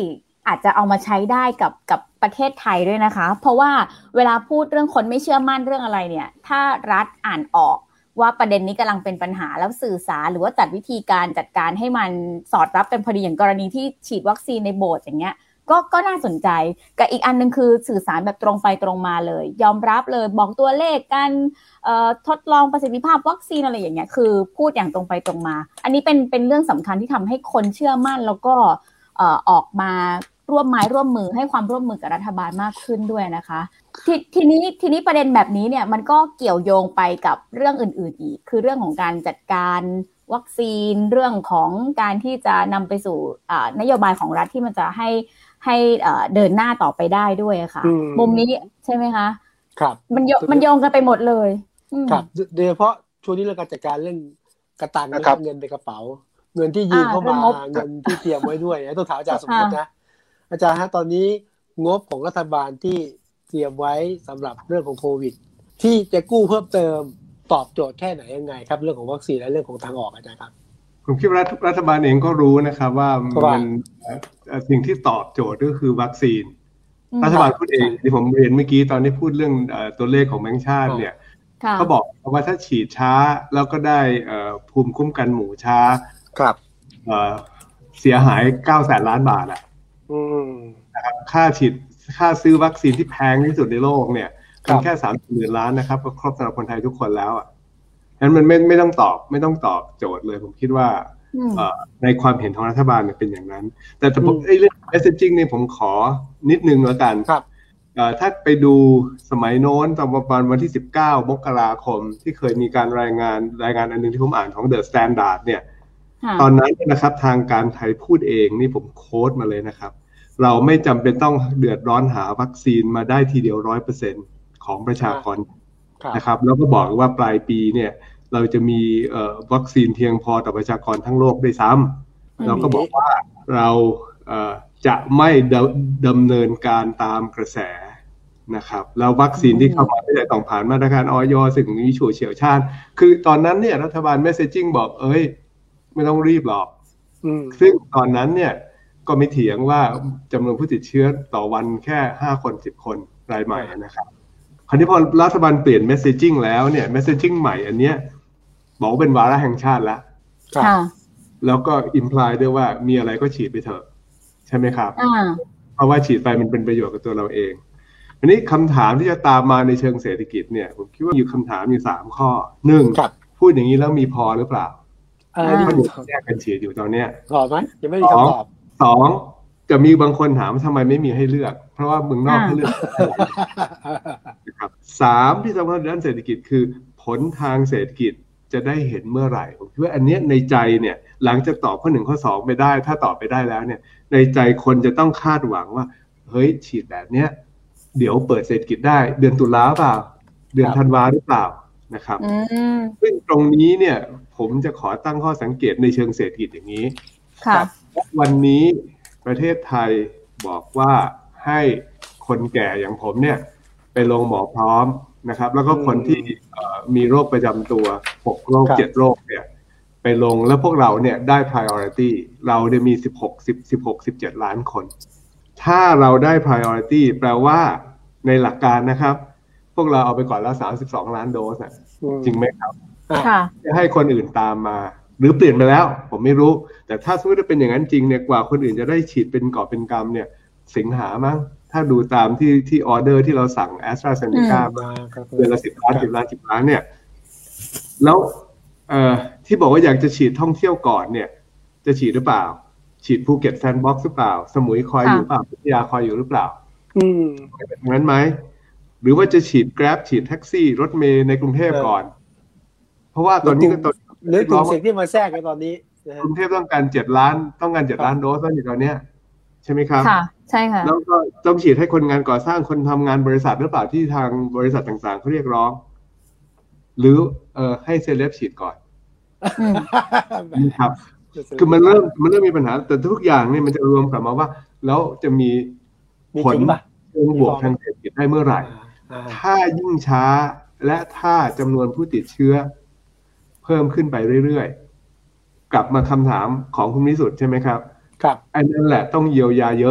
อาจจะเอามาใช้ได้กับกับประเทศไทยด้วยนะคะเพราะว่าเวลาพูดเรื่องคนไม่เชื่อมั่นเรื่องอะไรเนี่ยถ้ารัฐอ่านออกว่าประเด็นนี้กำลังเป็นปัญหาแล้วสื่อสารหรือว่าจัดวิธีการจัดการให้มันสอดรับกันพอดีอย่างกรณีที่ฉีดวัคซีนในโบสถ์อย่างเงี้ยก็ก็น่าสนใจกับอีกอันนึงคือสื่อสารแบบตรงไปตรงมาเลยยอมรับเลยบอกตัวเลขกันเอ่อทดลองประสิทธิภาพวัคซีนอะไรอย่างเงี้ยคือพูดอย่างตรงไปตรงมาอันนี้เป็นเป็นเรื่องสำคัญที่ทำให้คนเชื่อมั่นแล้วก็เอ่อออกมาร่วมไม้ร่วมมือให้ความร่วมมือกับรัฐบาลมากขึ้นด้วยนะคะททีนี้ทีนี้ประเด็นแบบนี้เนี่ยมันก็เกี่ยวโยงไปกับเรื่องอื่นๆอีกคือเรื่องของการจัดการวัคซีนเรื่องของการที่จะนำไปสู่นโยบายของรัฐที่มันจะให้ให้เดินหน้าต่อไปได้ด้วยค่ะมุมนี้ใช่ไหมคะครับมันโยมันโยงกันไปหมดเลยครับโดยเฉพาะช่วงนี้เรื่องการจัดการเรื่องกระตังเงินในกระเป๋าเงินที่ยืมเข้ามาเงินที่เตรียมไว้ด้วยต้องถามอาจารย์สมมตินะอาจารย์ฮะตอนนี้งบของรัฐบาลที่เตรียมไว้สำหรับเรื่องของโควิดที่จะกู้เพิ่มเติมตอบโจทย์แค่ไหนยังไงครับเรื่องของวัคซีนและเรื่องของทางออกอาจารย์ครับผมคิดว่ารัฐบาลเองก็รู้นะครับว่ามันสิ่งที่ตอบโจทย์ก็คือวัคซีนรัฐบาลพูดเองที่ผมเรียนเมื่อกี้ตอนที่พูดเรื่องตัวเลขของแบงก์ชาติเนี่ยเขาบอกว่าถ้าฉีดช้าแล้วก็ได้ภูมิคุ้มกันหมู่ช้าครับเสียหายเก้าแสนล้านบาทอ่ะนะครับค่าฉีดค่าซื้อวัคซีนที่แพงที่สุดในโลกเนี่ยเป็นแค่สามสิบหมื่นล้านนะครับก็ครบสำหรับคนไทยทุกคนแล้วอ่ะงั้นมันไม่ไม่ต้องตอบไม่ต้องตอบโจทย์เลยผมคิดว่าในความเห็นของรัฐบาลเป็นอย่างนั้นแต่แต่ผมเรื่อง messaging นี่ผมขอนิดนึงแล้วกันถ้าไปดูสมัยโน้นตอนประมาณวันที่สิบเก้ามกราคมที่เคยมีการรายงานรายงานอันนึงที่ผมอ่านของ The Standard เนี่ยตอนนั้นนะครับทางการไทยพูดเองนี่ผมโค้ดมาเลยนะครับเราไม่จำเป็นต้องเดือดร้อนหาวัคซีนมาได้ทีเดียว ร้อยเปอร์เซ็นต์ ของประชากรนะครับแล้วก็บอกว่าปลายปีเนี่ยเราจะมีวัคซีนเพียงพอต่อประชากรทั้งโลกได้ซ้ำเราก็บอกว่าเราจะไม่ดำเนินการตามกระแสนะครับแล้ววัคซีนที่เข้ามาไม่ได้ต้องผ่านมาตรการอย.สิ่งนี้ฉู่เฉียวชาญคือตอนนั้นเนี่ยรัฐบาล messaging บอกเอ้ยไม่ต้องรีบหรอกซึ่งตอนนั้นเนี่ยก็ไม่เถียงว่าจำนวนผู้ติดเชื้อต่อวันแค่ห้าคนสิบคนรายใหม่นะครับคราวนี้พอรัฐบาลเปลี่ยน messaging แล้วเนี่ย messaging ใหม่อันเนี้ยบอกว่าเป็นวาระแห่งชาติแล้วแล้วก็ imply ด้วยว่ามีอะไรก็ฉีดไปเถอะใช่ไหมครับเพราะว่าฉีดไปมันเป็นประโยชน์กับตัวเราเองอันนี้คำถามที่จะตามมาในเชิงเศรษฐกิจเนี่ยผมคิดว่ามีคำถามอยู่สามข้อหนึ่งพูดอย่างนี้แล้วมีพอหรือเปล่าเพราะอยู่แยกกันฉีดอยู่ตอนเนี้ยตอบไหมยังไม่มีคำตอบสองจะมีบางคนถามทำไมไม่มีให้เลือกเพราะว่าเมืองนอกให้เลือกนะครับสามที่สำคัญด้านเศรษฐกิจคือผลทางเศรษฐกิจจะได้เห็นเมื่อไหร่ผมคิดว่าอันนี้ในใจเนี่ยหลังจากตอบข้อหนึ่งข้อสองไปได้ถ้าตอบไปได้แล้วเนี่ยในใจคนจะต้องคาดหวังว่าเฮ้ยฉีดแบบเนี้ยเดี๋ยวเปิดเศรษฐกิจได้เดือนตุลาเปล่าเดือนธันวาหรือเปล่านะครับซึ่งตรงนี้เนี่ยผมจะขอตั้งข้อสังเกตในเชิงเศรษฐกิจอย่างนี้วันนี้ประเทศไทยบอกว่าให้คนแก่อย่างผมเนี่ยไปลงหมอพร้อมนะครับแล้วก็คนที่มีโรคประจำตัวหกโรคเจ็ดโรคเนี่ยไปลงแล้วพวกเราเนี่ยได้ priority เราเนี่ยมีสิบหก สิบ สิบหก สิบเจ็ดล้านคนถ้าเราได้ priority แปลว่าในหลักการนะครับพวกเราเอาไปก่อนแล้วสามสิบสองล้านโดสนะจริงไหมครับจะให้คนอื่นตามมาหรือเปลี่ยนไปแล้วผมไม่รู้แต่ถ้าสมมติว่าเป็นอย่างนั้นจริงเนี่ยกว่าคนอื่นจะได้ฉีดเป็นกอบเป็นกำเนี่ยสิงหามั้งถ้าดูตามที่ที่ออเดอร์ที่เราสั่ง AstraZeneca มาเดือนละสิบล้านสิบล้านสิบล้านเนี่ยแล้วเอ่อที่บอกว่าอยากจะฉีดท่องเที่ยวก่อนเนี่ยจะฉีดหรือเปล่าฉีดภูเก็ตแซนด์บ็อกซ์หรือเปล่าสมุยคอยอยู่หรือเปล่าพัทยาคอยอยู่หรือเปล่าอืมเป็นงั้นไหมหรือว่าจะฉีด Grab ฉีดแท็กซี่รถเมล์ในกรุงเทพก่อนเพราะว่าตอนนี้ก็ตอนหรือถึงสิ่งที่มาแทรกในตอนนี้กรุงเทพต้องการเจ็ดล้านต้องการเจ็ดล้านโดสอยู่ตอนเนี้ยใช่ไหมครับค่ะใช่ค่ะแล้วก็ต้องฉีดให้คนงานก่อสร้างคนทำงานบริษัทหรือเปล่าที่ทางบริษัทต่างๆเขาเรียกร้องหรือเอ่อให้เซเลบฉีดก่อนนะครับคือมันเริ่มมันเริ่มมีปัญหาแต่ทุกอย่างเนี่ยมันจะรวมกลับมาว่าแล้วจะมีผลเชิงบวกทางเศรษฐกิจได้เมื่อไหร่ถ้ายิ่งช้าและถ้าจำนวนผู้ติดเชื้อเพิ่มขึ้นไปเรื่อยๆกลับมาคำถามของคุณวิสุทธิ์ใช่ไหมครับครับอันนั้นแหละต้องเยียวยาเยอะ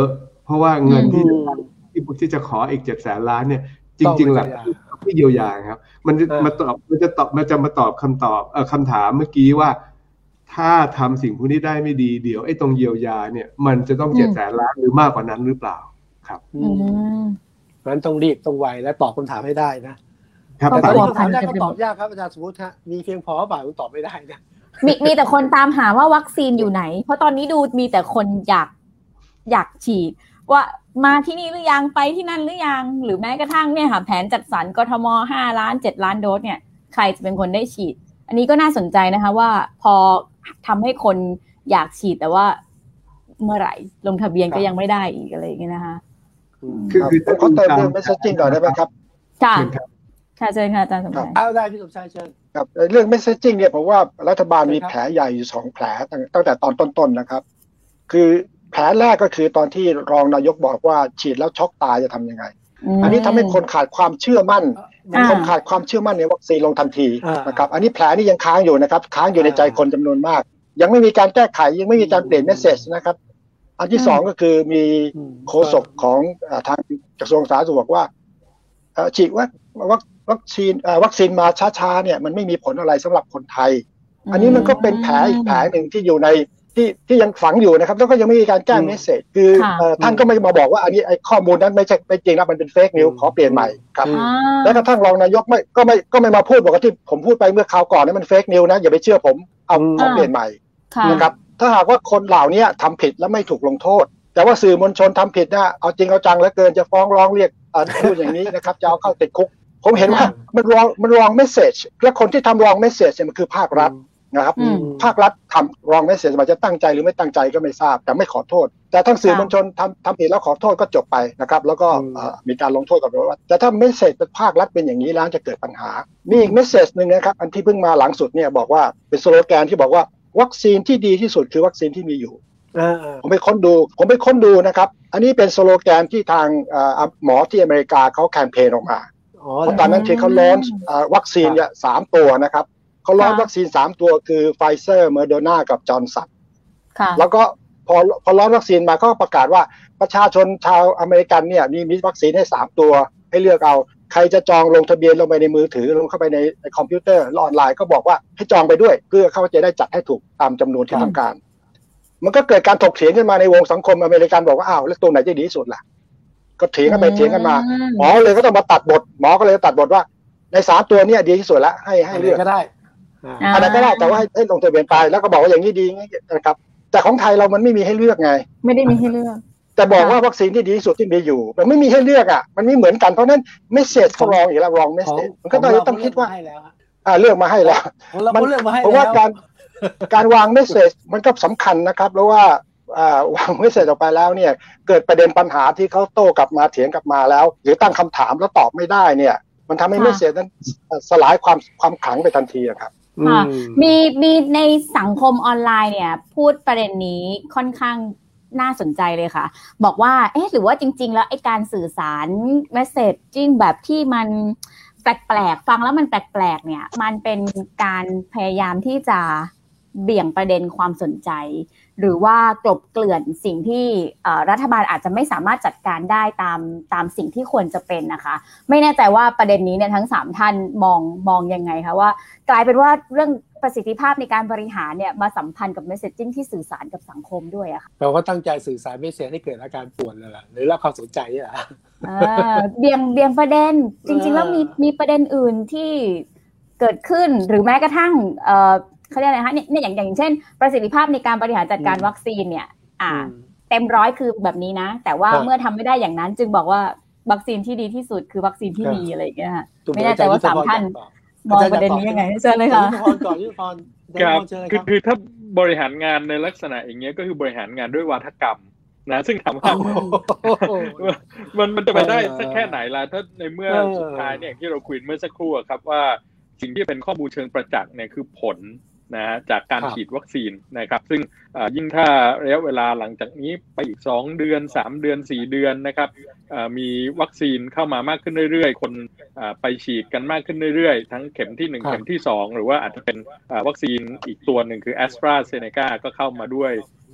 เพราะว่าเงินที่ที่ที่จะขออีกเจ็ดแสนล้านเนี่ยจริงๆแหละที่เยียวยาครับมันจะมาตอบมันจะตอบมันจะมาตอบคำตอบเอ่อคำถามเมื่อกี้ว่าถ้าทำสิ่งพวกนี้ได้ไม่ดีเดี๋ยวไอ้ตรงเยียวยาเนี่ยมันจะต้องเจ็ดแสนล้านหรือมากกว่านั้นหรือเปล่าครับงั้นต้องรีบต้องไวและตอบคำถามให้ได้นะครับแต่ตอนนี้คำถามแรกก็ตอบยากครับอาจารย์สมมติฮะมีเพียงพอเปล่าตอบไม่ได้นะมีมีแต่คนตามหาว่าวัคซีนอยู่ไหนเพราะตอนนี้ดูมีแต่คนอยากอยากฉีดว่ามาที่นี่หรือยังไปที่นั่นหรือยังหรือแม้กระทั่งเนี่ยค่ะแผนจัดสรรกทมห้าล้านเจ็ดล้านโดสเนี่ยใครจะเป็นคนได้ฉีดอันนี้ก็น่าสนใจนะคะว่าพอทำให้คนอยากฉีดแต่ว่าเมื่อไหร่ลงทะเบียนก็ยังไม่ได้อีกอะไรอย่างเงี้ยนะคะคือคือเขาเติมเรื่อง messaging ก่อนได้ไหมครับค่ะค่ะเชิญค่ะอาจารย์สมชายเอาได้พี่สมชายเชิญครับเรื่อง messaging เนี่ยผมว่ารัฐบาลมีแผลใหญ่อยู่สองแผลตั้งแต่ตอนต้นๆนะครับคือแผลแรกก็คือตอนที่รองนายกบอกว่าฉีดแล้วช็อกตายจะทำยังไงอันนี้ทำให้คนขาดความเชื่อมั่นคนขาดความเชื่อมั่นในวัคซีนลงทันทีนะครับอันนี้แผลนี้ยังค้างอยู่นะครับค้างอยู่ในใจคนจำนวนมากยังไม่มีการแก้ไขยังไม่มีการเปลี่ยนเมสเซจนะครับอันที่สองก็คือมีโฆษกของทางกระทรวงสาธารณสุขบอกว่าฉีดว่าวัคซีนวัคซีนมาช้าๆเนี่ยมันไม่มีผลอะไรสำหรับคนไทยอันนี้มันก็เป็นแผลอีกแผลหนึ่งที่อยู่ในที่ที่ยังฝังอยู่นะครับแล้วก็ยังไม่มีการแก้เมสเซจคือท่านก็ไม่มาบอกว่าอันนี้ไอ้ข้อมูลนั้นไม่ใช่ไม่จริงนะมันเป็นเฟกนิวขอเปลี่ยนใหม่ครับแล้วกระทั่งรองนายกไม่ก็ไม่ก็ไม่มาพูดบอกว่าที่ผมพูดไปเมื่อคราวก่อนนั้นมันเฟกนิวนะอย่าไปเชื่อผมเอาขอเปลี่ยนใหม่นะครับถ้าหากว่าคนเหล่านี้ทำผิดแล้วไม่ถูกลงโทษแต่ว่าสื่อมวลชนทำผิดนะเอาจริงเอาจังแล้วเกินจะฟ้องร้องเรียกพูดอย่างนี้นะครับจะเอาเข้าติดคุกผมเห็นว่ามันรองมันรองเมสเซจและคนที่ทำรองเมสเซจเนี่ยมันคือภาครัฐนะครับภาครัฐทำรองเมสเซจมันจะตั้งใจหรือไม่ตั้งใจก็ไม่ทราบแต่ไม่ขอโทษแต่ทั้งสื่อมวลชนทำทำผิดแล้วขอโทษก็จบไปนะครับแล้วก็มีการลงโทษกับรัฐแต่ถ้าเมสเซจเป็นภาครัฐเป็นอย่างนี้แล้วจะเกิดปัญหามีอีกเมสเซจนึงนะครับอันที่เพิ่งมาหลังสุดเนี่ยบอกว่าเป็นสโลแกนที่บอกว่าวัคซีนที่ดีที่สุดคือวัคซีนที่มีอยู่ผมไปค้นดูผมไปค้นดูนะครับอันนี้เป็นสโลแกนที่ทางหมอที่อเมริกาเขาแคมเปญออกมาเพราะตอนนั้นที่เขาลอนช์วัคซีนเนี่ยสามตัวนะครับเขาลอนช์วัคซีนสามตัวคือไฟเซอร์โมเดอร์นากับจอห์นสันแล้วก็พอพอลอนช์วัคซีนมาก็ประกาศว่าประชาชนชาวอเมริกันเนี่ยมีมีวัคซีนให้สามตัวให้เลือกเอาใครจะจองลงทะเบียนลงไปในมือถือลงเข้าไปในคอมพิวเตอร์ออนไลน์ก็บอกว่าให้จองไปด้วยเพื่อเขาจะได้จัดให้ถูกตามจำนวนที่ต้องการมันก็เกิดการถกเถียงขึ้นมาในวงสังคมอเมริกันบอกว่าอ้าวแล้วตัวไหนจะดีที่สุดล่ะก็เถียงกันไปเถียงกันมาหมอเลยก็ต้องมาตัดบทหมอก็เลยตัดบทว่าในสามตัวนี้ดีที่สุดแล้วให้ให้เลือกก็ได้อะไรก็ได้แต่ว่าให้ลงทะเบียนไปแล้วก็บอกว่าอย่างนี้ดีนะครับแต่ของไทยเรามันไม่มีให้เลือกไงไม่ได้มีให้เลือกแต่บอกว่าวัคซีนที่ดีที่สุดที่มีอยู่มันไม่มีให้เลือกอ่ะมันไม่เหมือนกันเพราะนั้นเมสเซจเขารองอยู่แล้วรองเมสเซจมันก็ต้องต้องคิดว่าอ่าเลือกมาให้แล้วมันเพราะว่าการการวางเมสเซจมันก็สำคัญนะครับแล้วว่าวางเมสเซจออกไปแล้วเนี่ยเกิดประเด็นปัญหาที่เขาโต้กลับมาเถียงกลับมาแล้วหรือตั้งคำถามแล้วตอบไม่ได้เนี่ยมันทำให้เมสเซจนั้นสลายความความขลังไปทันทีครับมีมีในสังคมออนไลน์เนี่ยพูดประเด็นนี้ค่อนข้างน่าสนใจเลยค่ะบอกว่าเอ๊ะหรือว่าจริงๆแล้วไอ้การสื่อสารเมสเซจจิ้งแบบที่มันแปลกๆฟังแล้วมันแปลกๆเนี่ยมันเป็นการพยายามที่จะเบี่ยงประเด็นความสนใจหรือว่ากลบเกลื่อนสิ่งที่รัฐบาลอาจจะไม่สามารถจัดการได้ตามตามสิ่งที่ควรจะเป็นนะคะไม่แน่ใจว่าประเด็นนี้เนี่ยทั้งสามท่านมองมองยังไงคะว่ากลายเป็นว่าเรื่องประสิทธิภาพในการบริหารเนี่ยมาสัมพันธ์กับเมสเซจจิ้งที่สื่อสารกับสังคมด้วยอะค่ะเราก็ตั้งใจสื่อสารเมสเซจให้เกิดอาการปวดเลยล่ะหรือรับความสนใจเนี่ยอ่าเบี่ยงเบี่ยงประเด็นจริงๆแล้วมีมีประเด็นอื่นที่เกิดขึ้นหรือแม้กระทั่งเอ่อเขาเรียกอะไรคะเนี่ยอย่างอย่างเช่นประสิทธิภาพในการบริหารจัดการวัคซีนเนี่ยอ่าเต็มร้อยคือแบบนี้นะแต่ว่าเมื่อทำไม่ได้อย่างนั้นจึงบอกว่าวัคซีนที่ดีที่สุดคือวัคซีนที่ดีอะไรอย่างเงี้ยค่ะไม่แน่ใจว่าสามท่านมองประเด็นนี้ยังไงเชิญเลยค่ะก่อนที่พรคือคือถ้าบริหารงานในลักษณะอย่างเงี้ยก็คือบริหารงานด้วยวาทกรรมนะซึ่งถามว่ามันมันจะไปได้สักแค่ไหนล่ะถ้าในเมื่อสุดท้ายเนี่ยอย่างที่เราคุยเมื่อสักครู่ครับว่าสิ่งที่เป็นข้อมูลเชิงประจักษ์เนี่ยคือผลนะฮะจากการฉีดวัคซีนนะครับซึ่งยิ่งถ้าระยะเวลาหลังจากนี้ไปอีกสองเดือนสามเดือนสี่เดือนนะครับมีวัคซีนเข้ามามากขึ้นเรื่อยๆคนไปฉีดกันมากขึ้นเรื่อยๆทั้งเข็มที่หนึ่งเข็มที่สองหรือว่าอาจจะเป็นวัคซีนอีกตัวหนึ่งคือ AstraZeneca ก็เข้ามาด้วย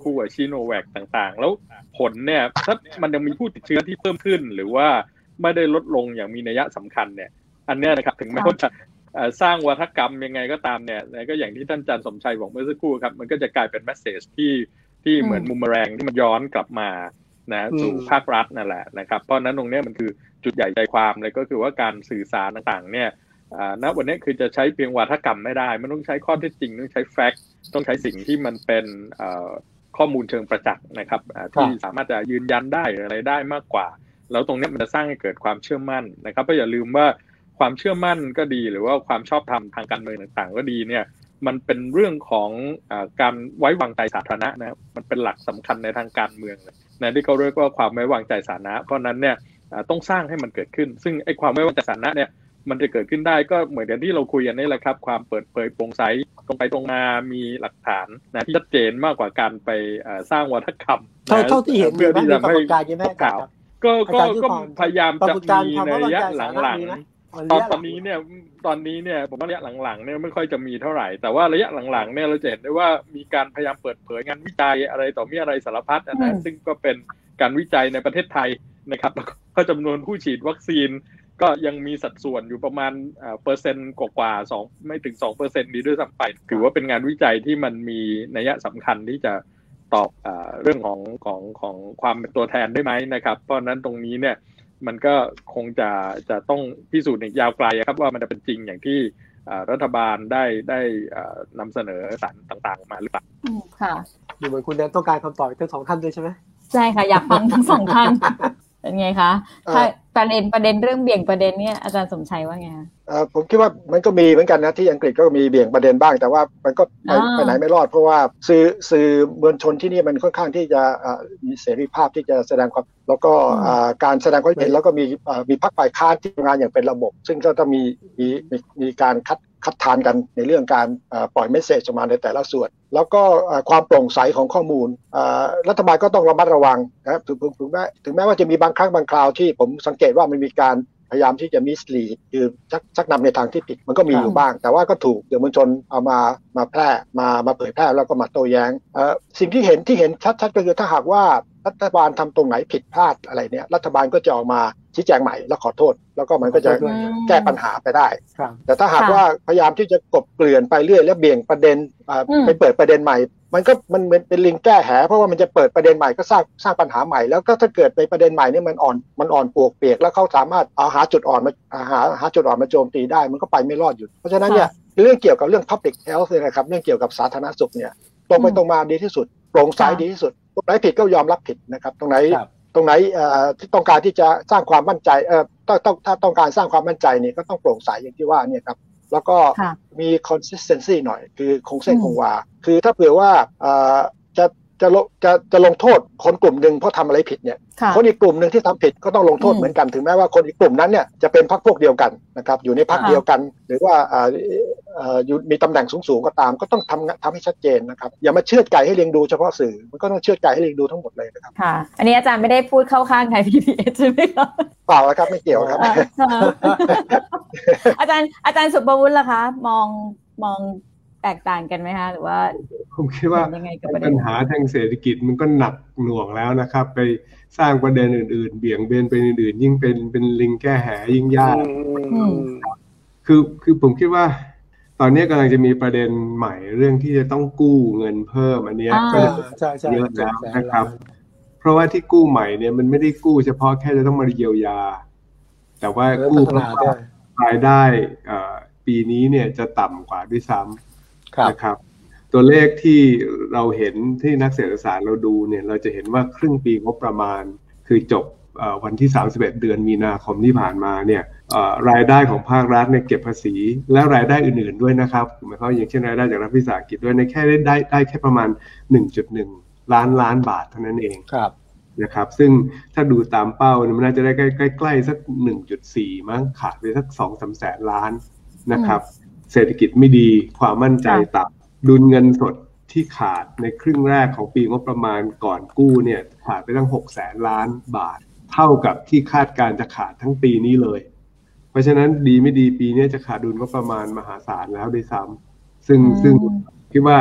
ครู่ชิโนแวคต่างๆแล้วผลเนี่ยถ้ามันยังมีผู้ติดเชื้อที่เพิ่มขึ้นหรือว่าไม่ได้ลดลงอย่างมีนัยสำคัญเนี่ยอันนี้นะครับถึงแม้ว่าจะสร้างวัฒกรรมยังไงก็ตามเนี่ยก็อย่างที่ท่านอาจารย์สมชัยบอกเมื่อสักครู่ครับมันก็จะกลายเป็นเมสเสจที่ที่เหมือนมุมแรงที่มันย้อนกลับมานะสู่ภาครัฐนั่นแหละนะครับเพราะนั้นตรงนี้มันคือจุดใหญ่ใจความเลยก็คือว่าการสื่อสารต่างๆเนี่ยณวันนี้คือจะใช้เพียงวาทกรรมไม่ได้มันต้องใช้ข้อเท็จจริงต้องใช้แฟกต์ต้องใช้สิ่งที่มันเป็นข้อมูลเชิงประจักษ์นะครับที่สามารถจะยืนยันได้อะไรได้มากกว่าแล้วตรงนี้มันจะสร้างให้เกิดความเชื่อมั่นนะครับก็อย่าลืมว่าความเชื่อมั่นก็ดีหรือว่าความชอบธรรมทางการเมืองต่างๆก็ดีเนี่ยมันเป็นเรื่องของการไว้วางใจสาธารณะนะครับมันเป็นหลักสำคัญในทางการเมืองนะที่เขาเรียกว่าความไว้วางใจสาธารณะเพราะนั้นเนี่ยต้องสร้างให้มันเกิดขึ้นซึ่งไอ้ความไว้วางใจสาธารณะเนี่ยมันจะเกิดขึ้นได้ก็เหมือนอย่างที่เราคุยกันนี่แหละครับความเปิดเผยโปร่งใสตรงไปตรงมามีหลักฐานนะที่ชัดเจนมากกว่าการไปสร้างวัฒกรรมเท่าเท่าที่เห็นเพื่อที่จะไม่ข่าวก็ก็ก็พยายามจะมีในระยะหลังๆตอนตอนนี้เนี่ยตอนนี้เนี่ยผมว่าระยะหลังๆเนี่ยไม่ค่อยจะมีเท่าไหร่แต่ว่าระยะหลังๆเนี่ยเราจะเห็นได้ว่ามีการพยายามเปิดเผยงานวิจัยอะไรต่อมีอะไรสารพัดนะซึ่งก็เป็นการวิจัยในประเทศไทยนะครับแล้วก็จำนวนผู้ฉีดวัคซีนก็ยังมีสัดส่วนอยู่ประมาณเปอร์เซ็นต์กว่าๆสองไม่ถึง สองเปอร์เซ็นต์ นี้ด้วยซ้ำไปถือว่าเป็นงานวิจัยที่มันมีนัยสำคัญที่จะตอบเรื่องของของของความเป็นตัวแทนได้ไหมนะครับเพราะนั้นตรงนี้เนี่ยมันก็คงจะจะต้องพิสูจน์อีกยาวไกลครับว่ามันจะเป็นจริงอย่างที่รัฐบาลได้ได้นำเสนอสารต่างๆมาหรือเปล่าค่ะดูเหมือนคุณแนนต้องการคำตอบทั้งสองท่านด้วยใช่ไหมใช่ค่ะอยากฟังทั้งสองท่านเป็นไงคะถ้าประเด็นประเด็นเรื่องเบี่ยงประเด็นเนี่ยอาจารย์สมชัยว่าไงคะผมคิดว่ามันก็มีเหมือนกันนะที่อังกฤษก็มีเบี่ยงประเด็นบ้างแต่ว่ามันก็ไปไปไหนไม่รอดเพราะว่าสื่อสื่อมวลชนที่นี่มันค่อนข้างที่จะมีเสรีภาพที่จะแสดงความแล้วก็การแสดงความเห็นแล้วก็มีมีพรรคฝ่ายค้านที่ทำงานอย่างเป็นระบบซึ่งก็ต้องมีมีมีการคัดคัดทานกันในเรื่องการปล่อยเมสเสจออกมาในแต่ละส่วนแล้วก็ความโปร่งใสของข้อมูลรัฐบาลก็ต้องระมัดระวังนะครับถึงถึงแม้ถึงแม้ว่าจะมีบางครั้งบางคราวที่ผมสังเกตว่ามันมีการพยายามที่จะมิสลีดคือชักชักนำในทางที่ผิดมันก็มีอยู่บ้างแต่ว่าก็ถูกสื่อมวลชนเอามามาแพร่มามาเผยแพร่แล้วก็มาโต้แย้งสิ่งที่เห็นที่เห็นชัดๆก็คือถ้าหากว่ารัฐบาลทำตรงไหนผิดพลาดอะไรเนี่ยรัฐบาลก็จะออกมาชี้แจงใหม่แล้วขอโทษแล้วก็มันก็จะแก้ปัญหาไปได้แต่ถ้าหากว่าพยายามที่จะกบเกลื่อนไปเรื่อยแล้วเบี่ยงประเด็นไปเปิดประเด็นใหม่มันก็มันเหมือนเป็นลิงแก้แหเพราะว่ามันจะเปิดประเด็นใหม่ก็สร้างสร้างปัญหาใหม่แล้วก็ถ้าเกิดในประเด็นใหม่นี่มันอ่อนมันอ่อนปวกเปียกแล้วเขาสามารถเอาหาจุดอ่อนมาหาหาจุดอ่อนมาโจมตีได้มันก็ไปไม่รอดอยู่เพราะฉะนั้นเนี่ยเรื่องเกี่ยวกับเรื่อง public health เนี่ยนะครับเรื่องเกี่ยวกับสาธารณสุขเนี่ยตรงไปตรงมาดีที่สุดโปร่งใสดีที่สุดตรงไหนผิดก็ยอมรับผิดนะครับตรงไหนตรงไหนที่ต้องการที่จะสร้างความมั่นใจเอ่อต้องต้องถ้าต้องการสร้างความมั่นใจเนี่ยก็ต้องโปร่งใสอย่างที่ว่าเนี่ยครับแล้วก็มี consistency หน่อยคือคงเส้นคงวาคือถ้าเผื่อว่าจะจะจะจะลงโทษคนกลุ่มหนึ่งเพราะทำอะไรผิดเนี่ยคนอีกกลุ่มหนึ่งที่ทำผิดก็ต้องลงโทษเหมือนกันถึงแม้ว่าคนอีกกลุ่มนั้นเนี่ยจะเป็นพรรคพวกเดียวกันนะครับอยู่ในพรรคเดียวกันหรือว่ามีตำแหน่งสูงๆก็ตามก็ต้องทำทำให้ชัดเจนนะครับอย่ามาเชือดไก่ให้เลี้ยงดูเฉพาะสื่อมันก็ต้องเชือดไก่ให้เลี้ยงดูทั้งหมดเลยนะครับค่ะอันนี้อาจารย์ไม่ได้พูดเข้าข้างไทย พี บี เอส ใช่ไหมครับเปล่าแล้วครับไม่เกี่ยวครับอาจารย์อาจารย์สุภวุฒิล่ะคะมองมองแตกต่างกันไหมคะหรือว่าผมคิดว่าปัญหาทางเศรษฐกิจมันก็หนักหน่วงแล้วนะครับไปสร้างประเด็นอื่นๆเบี่ยงเบนไปอื่นๆยิ่งเป็นเป็นลิงแก้แหยิ่งยากคือคือผมคิดว่าตอนนี้กำลังจะมีประเด็นใหม่เรื่องที่จะต้องกู้เงินเพิ่มอันนี้ก็จะเยอะแล้วนะครับเพราะว่าที่กู้ใหม่เนี่ยมันไม่ได้กู้เฉพาะแค่จะต้องมาเยียวยาแต่ว่ากู้เพื่อรายได้ปีนี้เนี่ยจะต่ำกว่าด้วยซ้ำนะครับตัวเลขที่เราเห็นที่นักเศรษฐศาสตร์เราดูเนี่ยเราจะเห็นว่าครึ่งปีงบประมาณคือจบวันที่สามสิบเอ็ดเดือนมีนาคมที่ผ่านมาเนี่ยรายได้ของภาครัฐเนี่ยเก็บภาษีและรายได้อื่นๆด้วยนะครับหมายความอย่างเช่นรายได้จากรัฐวิสาหกิจด้วยในแค่ได้ได้ได้แค่ประมาณ หนึ่งจุดหนึ่ง ล้านล้านบาทเท่านั้นเองนะครับซึ่งถ้าดูตามเป้ามันน่าจะได้ใกล้ๆสัก หนึ่งจุดสี่ มั้งขาดไปสัก สองถึงสาม แสนล้านนะครับเศรษฐกิจไม่ดีความมั่นใจต่ำดุลเงินสดที่ขาดในครึ่งแรกของปีงบประมาณก่อนกู้เนี่ยขาดไปตั้งหกแสนล้านบาทเท่ากับที่คาดการจะขาดทั้งปีนี้เลยเพราะฉะนั้นดีไม่ดีปีนี้จะขาดดุลงบประมาณมหาศาลแล้วด้วยซ้ำซึ่งซึ่งคิดว่า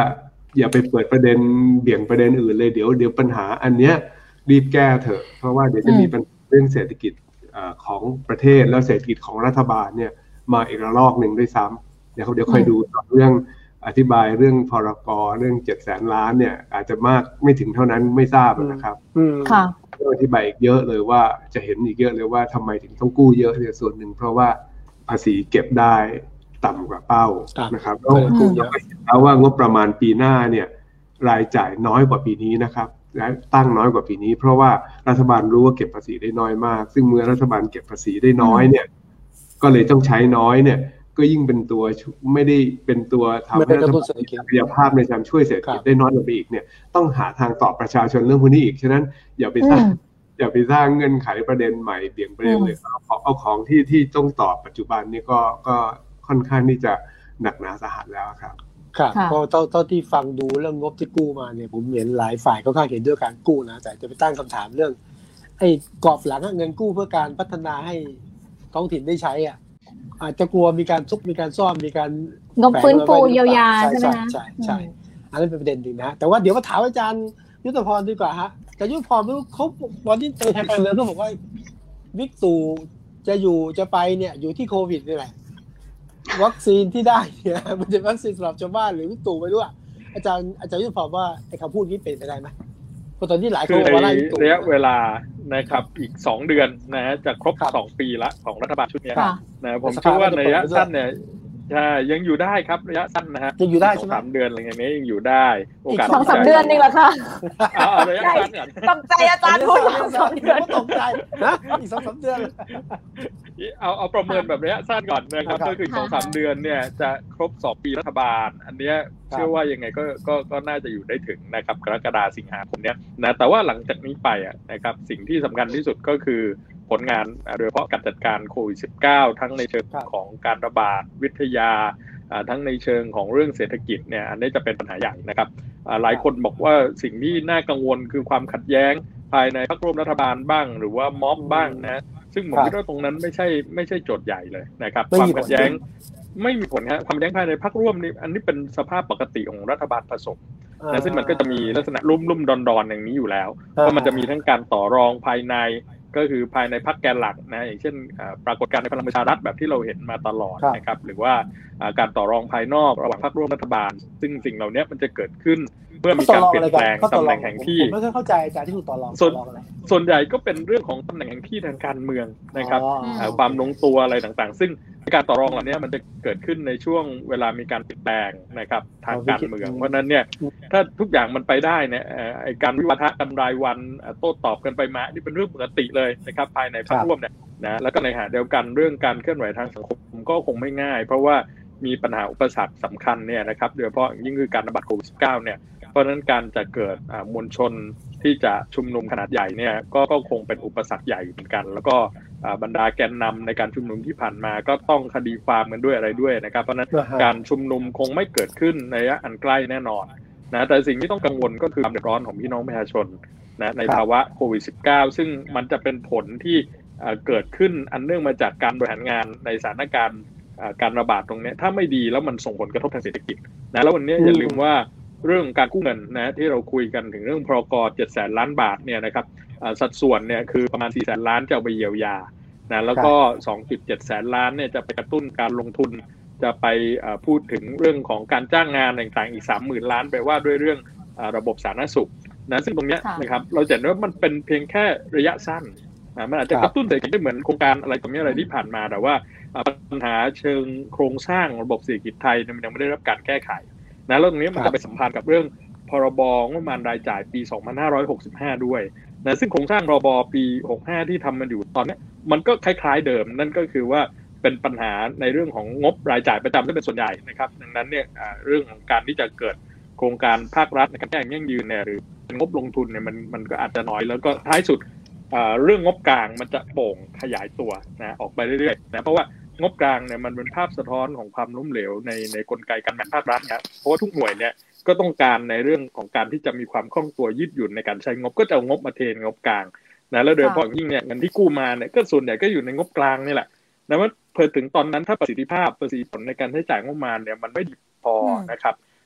อย่าไปเปิดประเด็นเบี่ยงประเด็นอื่นเลยเดี๋ยวเดี๋ยวปัญหาอันเนี้ยรีบแก้เถอะเพราะว่าเดี๋ยวจะมีปัญหาเรื่องเศรษฐกิจของประเทศแล้วเศรษฐกิจของรัฐบาลเนี่ยมาอีกระลอกหนึ่งด้วยซ้ำเดี๋ยวเขาเดี๋ยวค่อยดูเรื่องอธิบายเรื่องพรกเรื่องเจ็ดแสนล้านเนี่ยอาจจะมากไม่ถึงเท่านั้นไม่ทราบนะครับค่ะอธิบายอีกเยอะเลยว่าจะเห็นอีกเยอะเลยว่าทำไมถึงต้องกู้เยอะเนี่ยส่วนหนึ่งเพราะว่าภาษีเก็บได้ต่ำกว่าเป้านะครับแล้วกู้เยอะแล้วว่างบประมาณปีหน้าเนี่ยรายจ่ายน้อยกว่าปีนี้นะครับและตั้งน้อยกว่าปีนี้เพราะว่ารัฐบาลรู้ว่าเก็บภาษีได้น้อยมากซึ่งเมื่อรัฐบาลเก็บภาษีได้น้อยเนี่ยก็เลยต้องใช้น้อยเนี่ยก็ยิ่งเป็นตัวไม่ได้เป็นตัวทำให้รัฐบาลมีศักยภาพในการช่วยเศรษฐกิจได้น้อยลงไปอีกเนี่ยต้องหาทางตอบประชาชนเรื่องพวกนี้อีกฉะนั้นอย่าไปสร้างอย่าไปสร้างเงื่อนไขประเด็นใหม่เบี่ยงประเด็นเลยเอาเอาของที่ที่ต้องตอบปัจจุบันนี่ก็ก็ค่อนข้างที่จะหนักหนาสาหัสแล้วครับครับเพราะเท่าที่ฟังดูเรื่องงบที่กู้มาเนี่ยผมเห็นหลายฝ่ายก็ค่อนข้างเห็นด้วยการกู้นะแต่จะไปตั้งคำถามเรื่องไอ้กรอบหลังเงินกู้เพื่อการพัฒนาให้ท้องถิ่นได้ใช้อ่ะอาจจะกลัวมีการซุกมีการซ่อมมีการงบฟื้นฟูเยียวยาใช่ไหมใช่ใช่อันนั้นเป็นประเด็นจริงนะแต่ว่าเดี๋ยวมาถามอาจารย์ยุทธพรดีกว่าฮะแต่ยุทธพรเขาวันที่เจอทางการเมืองก็บอกว่าบิ๊กตู่จะอยู่จะไปเนี่ยอยู่ที่โควิดนี่แหละวัคซีนที่ได้เนี่ยมันจะวัคซีนสำหรับชาวบ้านหรือบิ๊กตู่ไปด้วยอาจารย์อาจารย์ยุทธพรว่าไอ้คำพูดนี้เป็นไปได้ไหมเพราะตอนนี้หลายคนว่าระยะเวลานะครับอีกสองเดือนนะฮะจะครบสองปีละของรัฐบาลชุดนี้นะผมเชื่อว่าระยะสั้นเนี่ยใช่ยังอยู่ได้ครับระยะสั้นนะฮะยังอยู่ได้ใช่ไหมสามเดือนอะไรอย่างนี้ยังอยู่ได้โอกาสสองสามเดือนนี่แหละค่ะระยะสั้นก่อนตกใจอาจารย์พูดสองเดือนตกใจนะอีกสองสามเดือนเอาเอาประเมินแบบระยะสั้นก่อนนะครับก็คือสองสามเดือนเนี่ยจะครบสองปีรัฐบาลอันเนี้ยเชื่อว่ายังไงก็ก็ก็น่าจะอยู่ได้ถึงนะครับกรกฎาคมสิงหาคมเนี้ยนะแต่ว่าหลังจากนี้ไปอ่ะนะครับสิ่งที่สำคัญที่สุดก็คือผลงานโดยเฉพาะการจัดการโควิด สิบเก้า ทั้งในเชิงของการระบาดวิทยาทั้งในเชิงของเรื่องเศรษฐกิจเนี่ยอันนี้จะเป็นปัญหาใหญ่นะครับหลายคนบอกว่าสิ่งที่น่ากังวลคือความขัดแย้งภายในพรรคร่วมรัฐบาลบ้างหรือว่าม็อบบ้างนะซึ่งผมคิดว่าตรงนั้นไม่ใช่ไม่ใช่โจทย์ใหญ่เลยนะครับความขัดแย้งไม่มีผลฮะความขัดแย้งภายในพรรคร่วมนี่อันนี้เป็นสภาพปกติของรัฐบาลผสมนะซึ่งมันก็จะมีลักษณะลุ่มลุ่มดอนดอนอย่างนี้อยู่แล้วเพราะมันจะมีทั้งการต่อรองภายในก็คือภายในพรรคแกนหลักนะอย่างเช่นปรากฏการณ์ในพลังประชารัฐแบบที่เราเห็นมาตลอดนะครับหรือว่าการต่อรองภายนอกระหว่างพรรคร่วมรัฐบาลซึ่งสิ่งเหล่านี้มันจะเกิดขึ้นเมื่อมีการเปลี่ยนแปลงตำแหน่งแห่งที่ผมไม่เข้าใจอาจารย์ที่ถูกต่อรองส่วนใหญ่ก็เป็นเรื่องของตำแหน่งแห่งที่ทางการเมืองนะครับความลงตัวอะไรต่างๆซึ่งการต่อรองเหล่านี้มันจะเกิดขึ้นในช่วงเวลามีการเปลี่ยนแปลงนะครับทางการเมืองเพราะนั้นเนี่ยถ้าทุกอย่างมันไปได้เนี่ยไอ้การวิวาทะกันรายวันโต้ตอบกันไปมานี่เป็นเรื่องปกติเลยนะครับภายในพรรคร่วมเนี่ยนะแล้วก็ในขณะเดียวกันเรื่องการเคลื่อนไหวทางสังคมก็คงไม่ง่ายเพราะว่ามีปัญหาอุปสรรคสำคัญเนี่ยนะครับโดยเฉพาะยิ่งคือการระบาดโควิด สิบเก้า เนี่ยเพราะนั้นการจะเกิดมวลชนที่จะชุมนุมขนาดใหญ่เนี่ยก็ก็คงเป็นอุปสรรคใหญ่เหมือนกันแล้วก็บรรดาแกนนำในการชุมนุมที่ผ่านมาก็ต้องคดีความกันด้วยอะไรด้วยนะครับเพราะนั้นการชุมนุมคงไม่เกิดขึ้นในระยะอันใกล้แน่นอนนะแต่สิ่งที่ต้องกังวลก็คือความเดือดร้อนของพี่น้องประชาชนนะในภาวะโควิด สิบเก้า ซึ่งมันจะเป็นผลที่เกิดขึ้นอันเนื่องมาจากการบริหารงานในสถานการณ์การระบาดตรงนี้ถ้าไม่ดีแล้วมันส่งผลกระทบทางเศรษฐกิจนะแล้ววันนี้อย่าลืมว่าเรื่องการกู้เงินนะที่เราคุยกันถึงเรื่องพรก.เจ็ดแสนล้านบาทเนี่ยนะครับสัดส่วนเนี่ยคือประมาณสี่แสนล้านจะเอาไปเยียวยานะแล้วก็ สองจุดเจ็ดแสนล้านเนี่ยจะไปกระตุ้นการลงทุนจะไปพูดถึงเรื่องของการจ้างงานต่างๆอีก สามหมื่น ล้านไปว่าด้วยเรื่องระบบสาธารณสุขนะซึ่งตรงนี้นะครับเราเห็นว่ามันเป็นเพียงแค่ระยะสั้นมันอาจจะกระตุ้นเศรษฐกิจได้เหมือนโครงการอะไรตรงนี้อะไรที่ผ่านมาแต่ว่าปัญหาเชิงโครงสร้างระบบเศรษฐกิจไทยมันยังไม่ได้รับการแก้ไขนะแล้วตรงนี้มันจะไปสัมพันธ์กับเรื่องพรบงบประมาณรายจ่ายปีสองพันห้าร้อยหกสิบห้าด้วยนะซึ่งโครงสร้างพรบปีหกสิบห้าที่ทำมันอยู่ตอนนี้มันก็คล้ายๆเดิมนั่นก็คือว่าเป็นปัญหาในเรื่องของงบรายจ่ายประจำที่เป็นส่วนใหญ่นะครับดังนั้นเนี่ยเรื่องของการที่จะเกิดโครงการภาครัฐในการแก้ยั่งยืนเนี่ยหรือเป็นงบลงทุนเนี่ยมันมันก็อาจจะน้อยแล้วก็ท้ายสุดเรื่องงบกลางมันจะโป่งขยายตัวนะออกไปเรื่อยๆนะเพราะว่างบกลางเนี่ยมันเป็นภาพสะท้อนของความล้มเหลวในในกลไกการแบ่งภาครัฐครับเพราะว่าทุกหน่วยเนี่ยก็ต้องการในเรื่องของการที่จะมีความคล่องตัวยืดหยุ่นในการใช้งบก็จะเอางบมาเทงบกลางนะแล้วโดยเฉพาะยิ่งเนี่ยเงินที่กู้มาเนี่ยก็ส่วนใหญ่ก็อยู่ในงบกลางนี่แหละนะว่าพอถึงตอนนั้นถ้าประสิทธิภาพประสิทธิผลในการใช้จ่ายงบประมาณเนี่ยมันไม่ดีพอนะครับ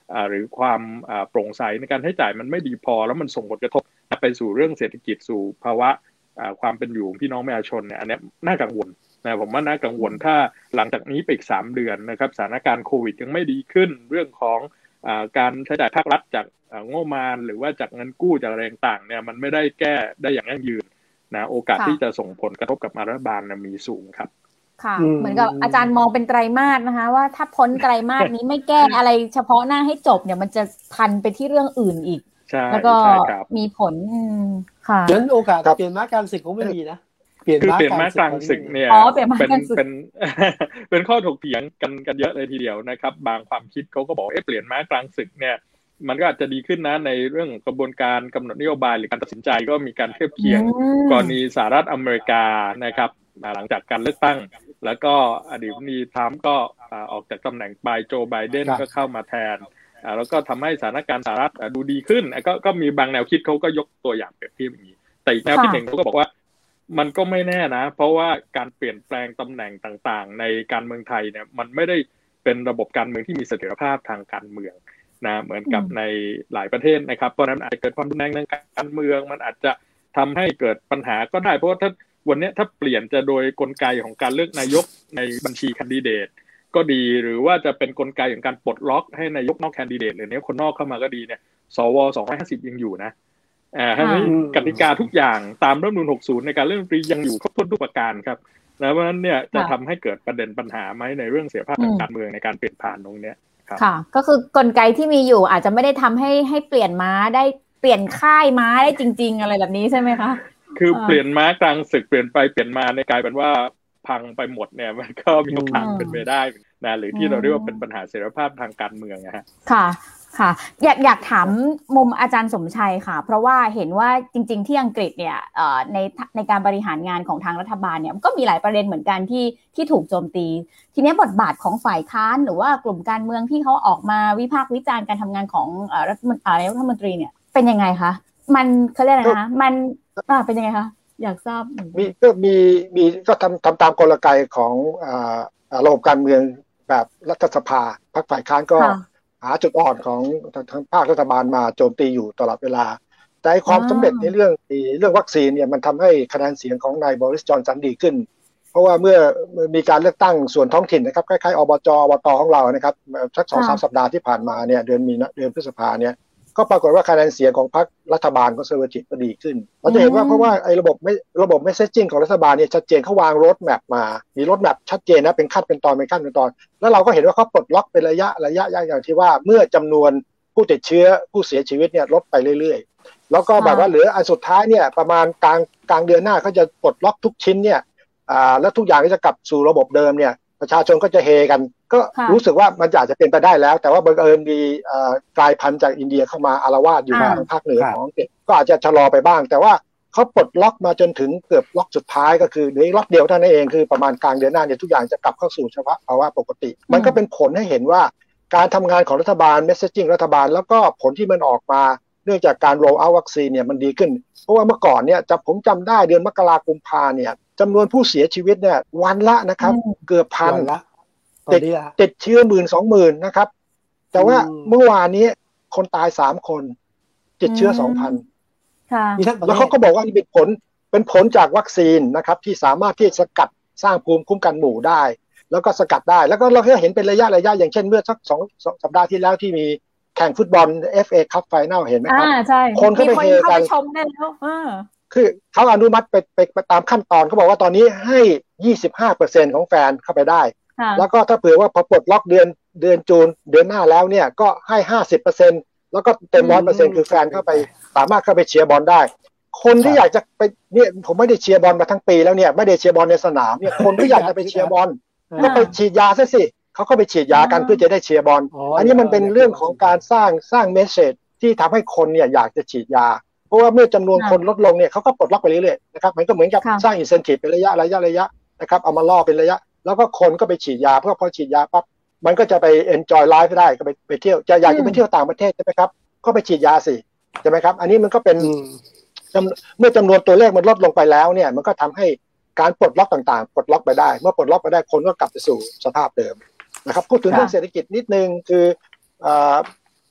หรือความโปร่งใสในการใช้จ่ายมันไม่ดีพอแล้วมันส่งผลกระทบไปสู่เรื่องเศรษฐกิจสู่ภาวะความเป็นอยู่ของพี่น้องประชาชนเนี่ยอันนี้น่ากังวลนะผมว่าน่ากังวลถ้าหลังจากนี้ไปอีกสามเดือนนะครับสถานการณ์โควิดยังไม่ดีขึ้นเรื่องของการใช้จ่ายภาครัฐจากงบประมาณหรือว่าจากเงินกู้จากอะไรต่างๆเนี่ยมันไม่ได้แก้ได้อย่างยั่งยืนนะโอกาสที่จะส่งผลกระทบกับรัฐบาลมีสูงครับค่ะเหมือนกับอาจารย์มองเป็นไตรมาสนะคะว่าถ้าพ้นไตรมาสนี้ไม่แก้อะไรเฉพาะหน้าให้จบเนี่ยมันจะพันไปที่เรื่องอื่นอีกแล้วก็มีผลค่ะงั้นโอกาสเปลี่ยนม้ากลางศึกคงไม่มีนะคือเปลี่ยนม้ากลางศึกเนี่ยเป็นเป็นเป็นข้อถกเถียงกันกันเยอะเลยทีเดียวนะครับบางความคิดเขาก็บอกเอ๊ะเปลี่ยนม้ากลางศึกเนี่ยมันก็อาจจะดีขึ้นนะในเรื่องกระบวนการกำหนดนโยบายหรือการตัดสินใจก็มีการเทียบเคียงกรณีสหรัฐอเมริกานะครับหลังจากการเลือกตั้งแล้วก็อดีตนายกทรัมป์ก็ออกจากตำแหน่งไปโจไบเดนก็เข้ามาแทนแล้วก็ทำให้สถานการณ์สหรัฐดูดีขึ้นก็ก็มีบางแนวคิดเขาก็ยกตัวอย่างเปรียบเทียบอย่างนี้แต่อีกแนวคิดหนึ่งเขาก็บอกว่ามันก็ไม่แน่นะเพราะว่าการเปลี่ยนแปลงตำแหน่งต่างๆในการเมืองไทยเนี่ยมันไม่ได้เป็นระบบการเมืองที่มีเสถียรภาพทางการเมืองนะเหมือนกับในหลายประเทศนะครับเพราะนั้นอาจจะเกิดความรุนแรงทางการเมืองมันอาจจะทำให้เกิดปัญหาก็ได้เพราะว่าถ้าวันนี้ถ้าเปลี่ยนจะโดยกลไกของการเลือกนายกในบัญชีแคนดิเดตก็ดีหรือว่าจะเป็นกลไกของการปลดล็อกให้นายกนอกแคนดิเดตหรือเนี้ยคนนอกเข้ามาก็ดีเนี่ยสวสองร้อยห้าสิบยังอยู่นะอ่าทั้งนี้กติกาทุกอย่างตามรัฐธรรมนูญหกสิบในการเลือกนายกยังอยู่ครบถ้วนทุกประการครับแล้วเพราะฉะนั้นเนี่ยจะทำให้เกิดประเด็นปัญหาไหมในเรื่องเสถียรภาพทางการเมืองในการเปลี่ยนผ่านตรงเนี้ยค่ะก็คือกลไกที่มีอยู่อาจจะไม่ได้ทำให้ให้เปลี่ยนม้าได้เปลี่ยนค่ายม้าได้จริงๆอะไรแบบนี้ใช่ไหมคะคือเปลี่ยนม้ากลางศึกเปลี่ยนไปเปลี่ยนมาในกลายเป็นว่าพังไปหมดเนี่ยมันก็มีโอกาสเป็นไปได้นะหรือที่เราเรียกว่าเป็นปัญหาเสถียรภาพทางการเมืองนะฮะค่ะค่ะอยากอยากถามมุมอาจารย์สมชัยค่ะเพราะว่าเห็นว่าจริงๆที่อังกฤษเนี่ยในในการบริหารงานของทางรัฐบาลเนี่ยก็มีหลายประเด็นเหมือนกันที่ที่ถูกโจมตีทีนี้บทบาทของฝ่ายค้านหรือว่ากลุ่มการเมืองที่เขาออกมาวิพากษ์วิจารณ์การทำงานของรัฐมนตรีรัฐมนตรีเนี่ยเป็นยังไงคะมันเขาเรียกอะไรนะมันอ่าเป็นยังไงคะอยากทราบมีก็มีมีก็ทำทำตามกลไกของอ่าระบบการเมืองแบบรัฐสภาพรรคฝ่ายค้านก็หาจุดอ่อนของทางภาครัฐบาลมาโจมตีอยู่ตลอดเวลาแต่ความสำเร็จในเรื่องเรื่องวัคซีนเนี่ยมันทำให้คะแนนเสียงของนายบริสจอนสันดีขึ้นเพราะว่าเมื่อมีการเลือกตั้งส่วนท้องถิ่นนะครับคล้ายๆอบจอบตของเรานะครับสักสองสามสัปดาห์ที่ผ่านมาเนี่ยเดือนมีนาเดือนพฤษภาเนี่ยก็ปรากฏว่าคะแนนเสียงของพรรครัฐบาลคอนเซอร์เวทีฟก็ดีขึ้นเราจะเห็นว่าเพราะว่าไอ้ระบบไม่ระบบเมสเซจจิ้งของรัฐบาลเนี่ยชัดเจนเขาวางโรดแมปมามีโรดแมปชัดเจนนะเป็นขั้นเป็นตอนเป็นขั้นเป็นตอนแล้วเราก็เห็นว่าเขาปลดล็อกเป็นระยะระยะอย่างที่ว่าเมื่อจำนวนผู้ติดเชื้อผู้เสียชีวิตเนี่ยลดไปเรื่อยๆแล้วก็แบบว่าเหลืออันสุดท้ายเนี่ยประมาณกลางกลางเดือนหน้าเขาจะปลดล็อกทุกชิ้นเนี่ยอ่าแล้วทุกอย่างก็จะกลับสู่ระบบเดิมเนี่ยประชาชนก็จะเฮกันก็รู้สึกว่ามันอาจจะเป็นไปได้แล้วแต่ว่าบังเอิญมีกลายพันธุ์จากอินเดียเข้ามาอาละวาดอยู่ทางภาคเหนือของอังกฤษก็อาจจะชะลอไปบ้างแต่ว่าเขาปลดล็อกมาจนถึงเกือบล็อกสุดท้ายก็คือเหลือล็อกเดียวเท่านั้นเองคือประมาณกลางเดือนหน้าเนี่ยทุกอย่างจะกลับเข้าสู่ภาวะปกติมันก็เป็นผลให้เห็นว่าการทำงานของรัฐบาลเมสเซจจิ้งรัฐบาลแล้วก็ผลที่มันออกมาเนื่องจากการโรลเอาท์วัคซีนเนี่ยมันดีขึ้นเพราะว่าเมื่อก่อนเนี่ยจะผมจำได้เดือนมกราคมกุมภาเนี่ยจำนวนผู้เสียชีวิตเนี่ยวันละนะครับเกือบพันติดติดเชื้อหมื่นสองหมื่นนะครับแต่ว่าเมื่อวานนี้คนตายสามคนติดเชื้อสองพันแล้วเขาก็บอกว่านี่เป็นผลเป็นผลจากวัคซีนนะครับที่สามารถที่สกัดสร้างภูมิคุ้มกันหมู่ได้แล้วก็สกัดได้แล้วก็เราเห็นเป็นระยะระยะอย่างเช่นเมื่อสักสองสัปดาห์ที่แล้วที่มีแข่งฟุตบอล เอฟ เอ Cup Final เห็นไหมครับคนเข้าไปเฮกันคือเขาอนุมัติไปไปไปตามขั้นตอนเขาบอกว่าตอนนี้ให้ ยี่สิบห้าเปอร์เซ็นต์ ของแฟนเข้าไปได้แล้วก็ถ้าเผื่อว่าพอปลดล็อกเดือนเดือนจูนเดือนหน้าแล้วเนี่ยก็ให้ ห้าสิบเปอร์เซ็นต์ แล้วก็เต็ม ร้อยเปอร์เซ็นต์ คือแฟนเข้าไปสามารถเข้าไปเชียร์บอลได้คนที่อยากจะไปเนี่ยผมไม่ได้เชียร์บอลมาทั้งปีแล้วเนี่ยไม่ได้เชียร์บอลในสนามเนี่ยคนที่อยากจะไปเชียร์บอลก็ไปฉีดยาซะสิเขาก็ไปฉีดยากันเพื่อจะได้เชียร์บอลอันนี้มันเป็นเรื่องของการสร้างสร้างเมสเสจที่ทำให้คนเนี่ยอยากจะฉีดยาเพราะว่าเมื่อจำนวนคนลดลงเนี่ยเขาก็ปลดล็อกไปเรื่อยๆนะครับมันก็เหมือนกับสร้างอินเซนทีฟเป็นระยะระยะระยะนะครับเอามาล่อเป็นระยะแล้วก็คนก็ไปฉีดยาเพื่อพอฉีดยาปั๊บมันก็จะไป enjoy life ได้ก็ไปไปเที่ยวจะอยากจะไปเที่ยวต่างประเทศใช่ไหมครับก็ไปฉีดยาสิใช่ไหมครับอันนี้มันก็เป็นเมื่อจำนวนตัวเลขมันลดลงไปแล้วเนี่ยมันก็ทำให้การปลดล็อกต่างๆปลดล็อกไปได้เมื่อปลดล็อกไปได้คนก็กลับไปสู่สภาพเดิมนะครับพูดถึงเรื่องเศรษฐกิจนิดนึงคือ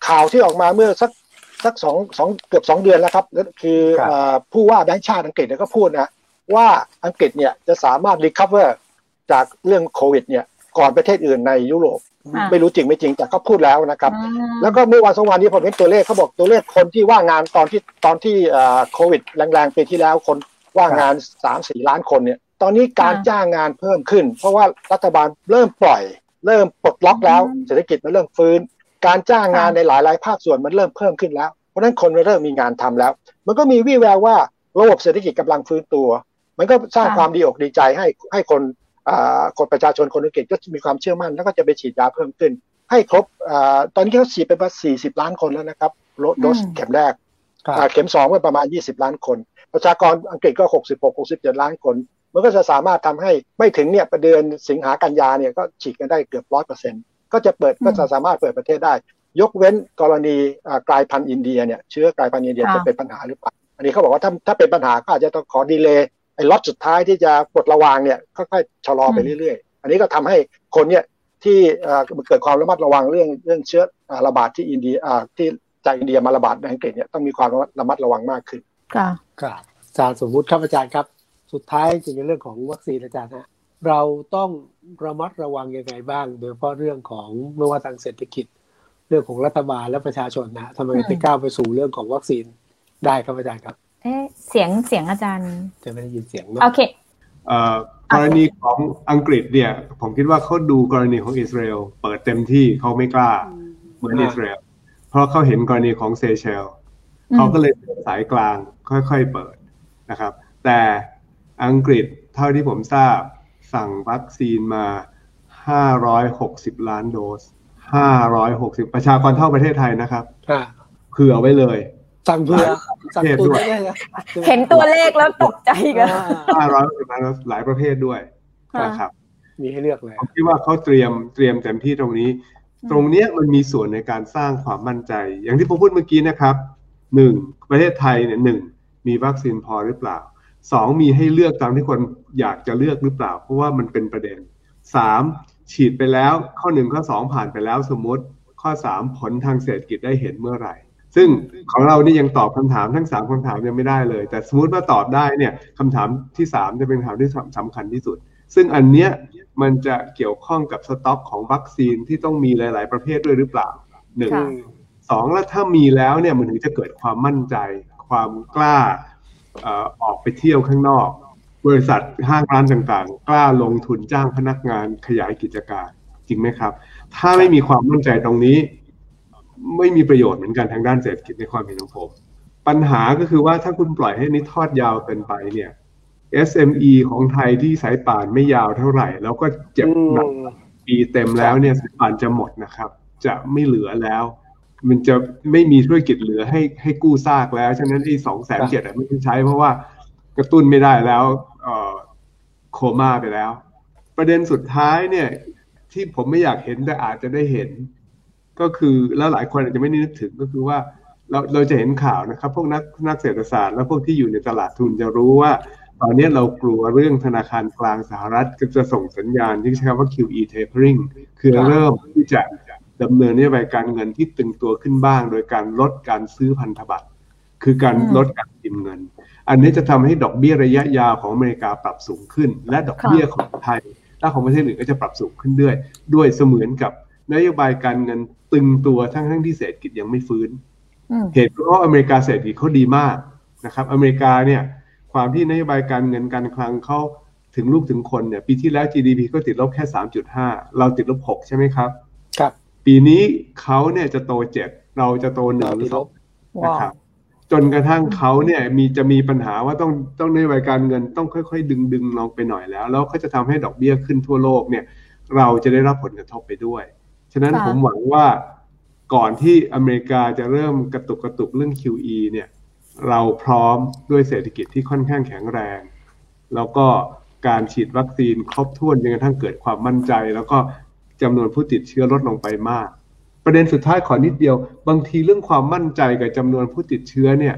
ข่าวที่ออกมาเมื่อสักสักสองสองเกือบสองเดือนแล้วครับก็คือผู้ว่าแบงก์ชาติอังกฤษเนี่ยก็พูดนะว่าอังกฤษเนี่ยจะสามารถ recover จากเรื่องโควิดเนี่ยก่อนประเทศอื่นในยุโรปไม่รู้จริงไม่จริงแต่ก็พูดแล้วนะครับแล้วก็เมื่อวันสองวันนี้ผมเห็นตัวเลขเขาบอกตัวเลขคนที่ว่างงานตอนที่ตอนที่โควิดแรงๆปีที่แล้วคนว่างงาน สามถึงสี่ ล้านคนเนี่ยตอนนี้การจ้างงานเพิ่มขึ้นเพราะว่ารัฐบาลเริ่มปล่อยเริ่มปลดล็อกแล้วเศรษฐกิจมันเริ่มฟื้นการจ้างงานในหลายๆภาคส่วนมันเริ่มเพิ่มขึ้นแล้วเพราะฉะนั้นคนเริ่มมีงานทำแล้วมันก็มีวี่แววว่าระบบเศรษฐกิจกำลังฟื้นตัวมันก็สร้างความดีอกดีใจให้ให้คนคนประชาชนคนอังกฤษก็มีความเชื่อมั่นแล้วก็จะไปฉีดยาเพิ่มขึ้นให้ครบตอนนี้เขาฉีดไปประมาณสี่สิบล้านคนแล้วนะครับโดสเข็มแรกเข็มสองก็ประมาณยี่สิบล้านคนประชากรอังกฤษก็หกสิบหก หกสิบเจ็ดล้านคนมันก็จะสามารถทำให้ไม่ถึงเนี่ยประเดือนสิงหากันยาเนี่ยก็ฉีดกันได้เกือบ ร้อยเปอร์เซ็นต์ ก็จะเปิดก็จะสามารถเปิดประเทศได้ยกเว้นกรณีกลายพันธุ์อินเดียเนี่ยเชื้อกลายพันธุ์อินเดียจะเป็นปัญหาหรือเปล่าอันนี้เขาบอกว่าถ้าถ้าเป็นปัญหาก็อาจจะต้องขอดีเลย์ไอ้ล็อตสุดท้ายที่จะปลดระวางเนี่ยค่อยๆชะลอไปเรื่อยๆอันนี้ก็ทำให้คนเนี่ยที่เกิดความระมัดระวังเรื่องเรื่องเชื้อระบาดที่อินเดียที่จากอินเดียมาระบาดในอังกฤษเนี่ยต้องมีความระมัดระวังมากขึ้นค่ะครับอาจารย์สมมุติครับอาจารย์ครับสุดท้ายจริงๆเรื่องของวัคซีนอาจารย์ฮะเราต้องระมัดระวังยังไงบ้างโดยเฉพาะเรื่องของไม่ว่าทางเศรษฐกิจเรื่องของรัฐบาลและประชาชนนะทำไมถึงก้าวไปสู่เรื่องของวัคซีนได้ครับอาจารย์ครับเอ๊ะเสียงเสียงอาจารย์จะไม่ได้ยินเสียงโอเคเอ่อกรณีของอังกฤษเนี่ยผมคิดว่าเขาดูกรณีของอิสราเอลเปิดเต็มที่เขาไม่กล้าเหมือนอิสราเอลเพราะเขาเห็นกรณีของเซเชลเขาก็เลยเปิดสายกลางค่อยๆเปิดนะครับแต่อังกฤษเท่าที่ผมทราบสั่งวัคซีนมาห้าร้อยหกสิบล้านโดสห้าร้อยหกสิบประชากรเท่าประเทศไทยนะครับเผื่อไว้เลยสั่งเผื่อสั่งตุนไว้เลยเห็นตัวเลขแล้วตกใจกันห้าร้อยหกสิบล้านโดสหลายประเภทด้วยนะครับมีให้เลือกเลยผมคิดว่าเขาเตรียมเตรียมเต็มที่ตรงนี้ตรงนี้มันมีส่วนในการสร้างความมั่นใจอย่างที่ผมพูดเมื่อกี้นะครับหนึ่งประเทศไทยเนี่ยหนึ่งมีวัคซีนพอหรือเปล่าสองมีให้เลือกตามที่คนอยากจะเลือกหรือเปล่าเพราะว่ามันเป็นประเด็นสามฉีดไปแล้วข้อหนึ่งข้อสองผ่านไปแล้วสมมติข้อสามผลทางเศรษฐกิจได้เห็นเมื่อไหร่ซึ่งของเรานี่ยังตอบคำถามทั้งสามคำถามยังไม่ได้เลยแต่สมมติว่าตอบได้เนี่ยคำถามที่สามจะเป็นคำถามที่สำคัญที่สุดซึ่งอันเนี้ยมันจะเกี่ยวข้องกับสต็อกของวัคซีนที่ต้องมีหลายๆประเภทด้วยหรือเปล่าหนึ่งสองแล้วถ้ามีแล้วเนี่ยมันถึงจะเกิดความมั่นใจความกล้าออกไปเที่ยวข้างนอกบริษัทห้างร้านต่างๆกล้าลงทุนจ้างพนักงานขยายกิจการจริงไหมครับถ้าไม่มีความมั่นใจตรงนี้ไม่มีประโยชน์เหมือนกันทางด้านเศรษฐกิจในความเห็นของผมปัญหาก็คือว่าถ้าคุณปล่อยให้นี้ทอดยาวเกินไปเนี่ย เอส เอ็ม อี ของไทยที่สายป่านไม่ยาวเท่าไหร่แล้วก็เจ็บหนักปีเต็มแล้วเนี่ยสายป่านจะหมดนะครับจะไม่เหลือแล้วมันจะไม่มีธุรกิจเหลือให้ให้กู้ซากแล้วฉะนั้นไอ้สองแสนเจ็ดไม่ต้องใช้เพราะว่ากระตุ้นไม่ได้แล้วเอ่อโคม่าไปแล้วประเด็นสุดท้ายเนี่ยที่ผมไม่อยากเห็นแต่อาจจะได้เห็นก็คือแล้วหลายคนอาจจะไม่นึกถึงก็คือว่าเราเราจะเห็นข่าวนะครับพวกนักนักเศรษฐศาสตร์และพวกที่อยู่ในตลาดทุนจะรู้ว่าตอนนี้เรากลัวเรื่องธนาคารกลางสหรัฐจะส่งสัญญาณที่ใช้คำว่า คิว อี tapering คือเริ่มที่จะดำเนินนโยบายการเงินที่ตึงตัวขึ้นบ้างโดยการลดการซื้อพันธบัตรคือการลดการพิมพ์เงินอันนี้จะทำให้ดอกเบี้ยระยะยาวของอเมริกาปรับสูงขึ้นและดอกเบี้ยของไทยและของประเทศอื่นก็จะปรับสูงขึ้นด้วยด้วยเสมือนกับนโยบายการเงินตึงตัวทั้งทั้งที่เศรษฐกิจยังไม่ฟื้นเหตุเพราะอเมริกาเศรษฐกิจเขาดีมากนะครับอเมริกาเนี่ยความที่นโยบายการเงินการคลังเขาถึงลูกถึงคนเนี่ยปีที่แล้ว จี ดี พี ก็ติดลบแค่ สามจุดห้า เราติดลบหกใช่ไหมครับครับปีนี้เขาเนี่ยจะโตเจ็ดเราจะโตหนึ่งหรือสองนะครับจนกระทั่งเขาเนี่ยมีจะมีปัญหาว่าต้องต้องนโยบายการเงินต้องค่อยๆดึงดึงลงไปหน่อยแล้วแล้วก็จะทำให้ดอกเบี้ยขึ้นทั่วโลกเนี่ยเราจะได้รับผลกระทบไปด้วยฉะนั้นผมหวังว่าก่อนที่อเมริกาจะเริ่มกระตุกกระตุกเรื่อง คิว อี เนี่ยเราพร้อมด้วยเศรษฐกิจที่ค่อนข้างแข็งแรงแล้วก็การฉีดวัคซีนครบถ้วนจนกระทั่งเกิดความมั่นใจแล้วก็จำนวนผู้ติดเชื้อลดลงไปมากประเด็นสุดท้ายขอนิดเดียวบางทีเรื่องความมั่นใจกับจำนวนผู้ติดเชื้อเนี่ย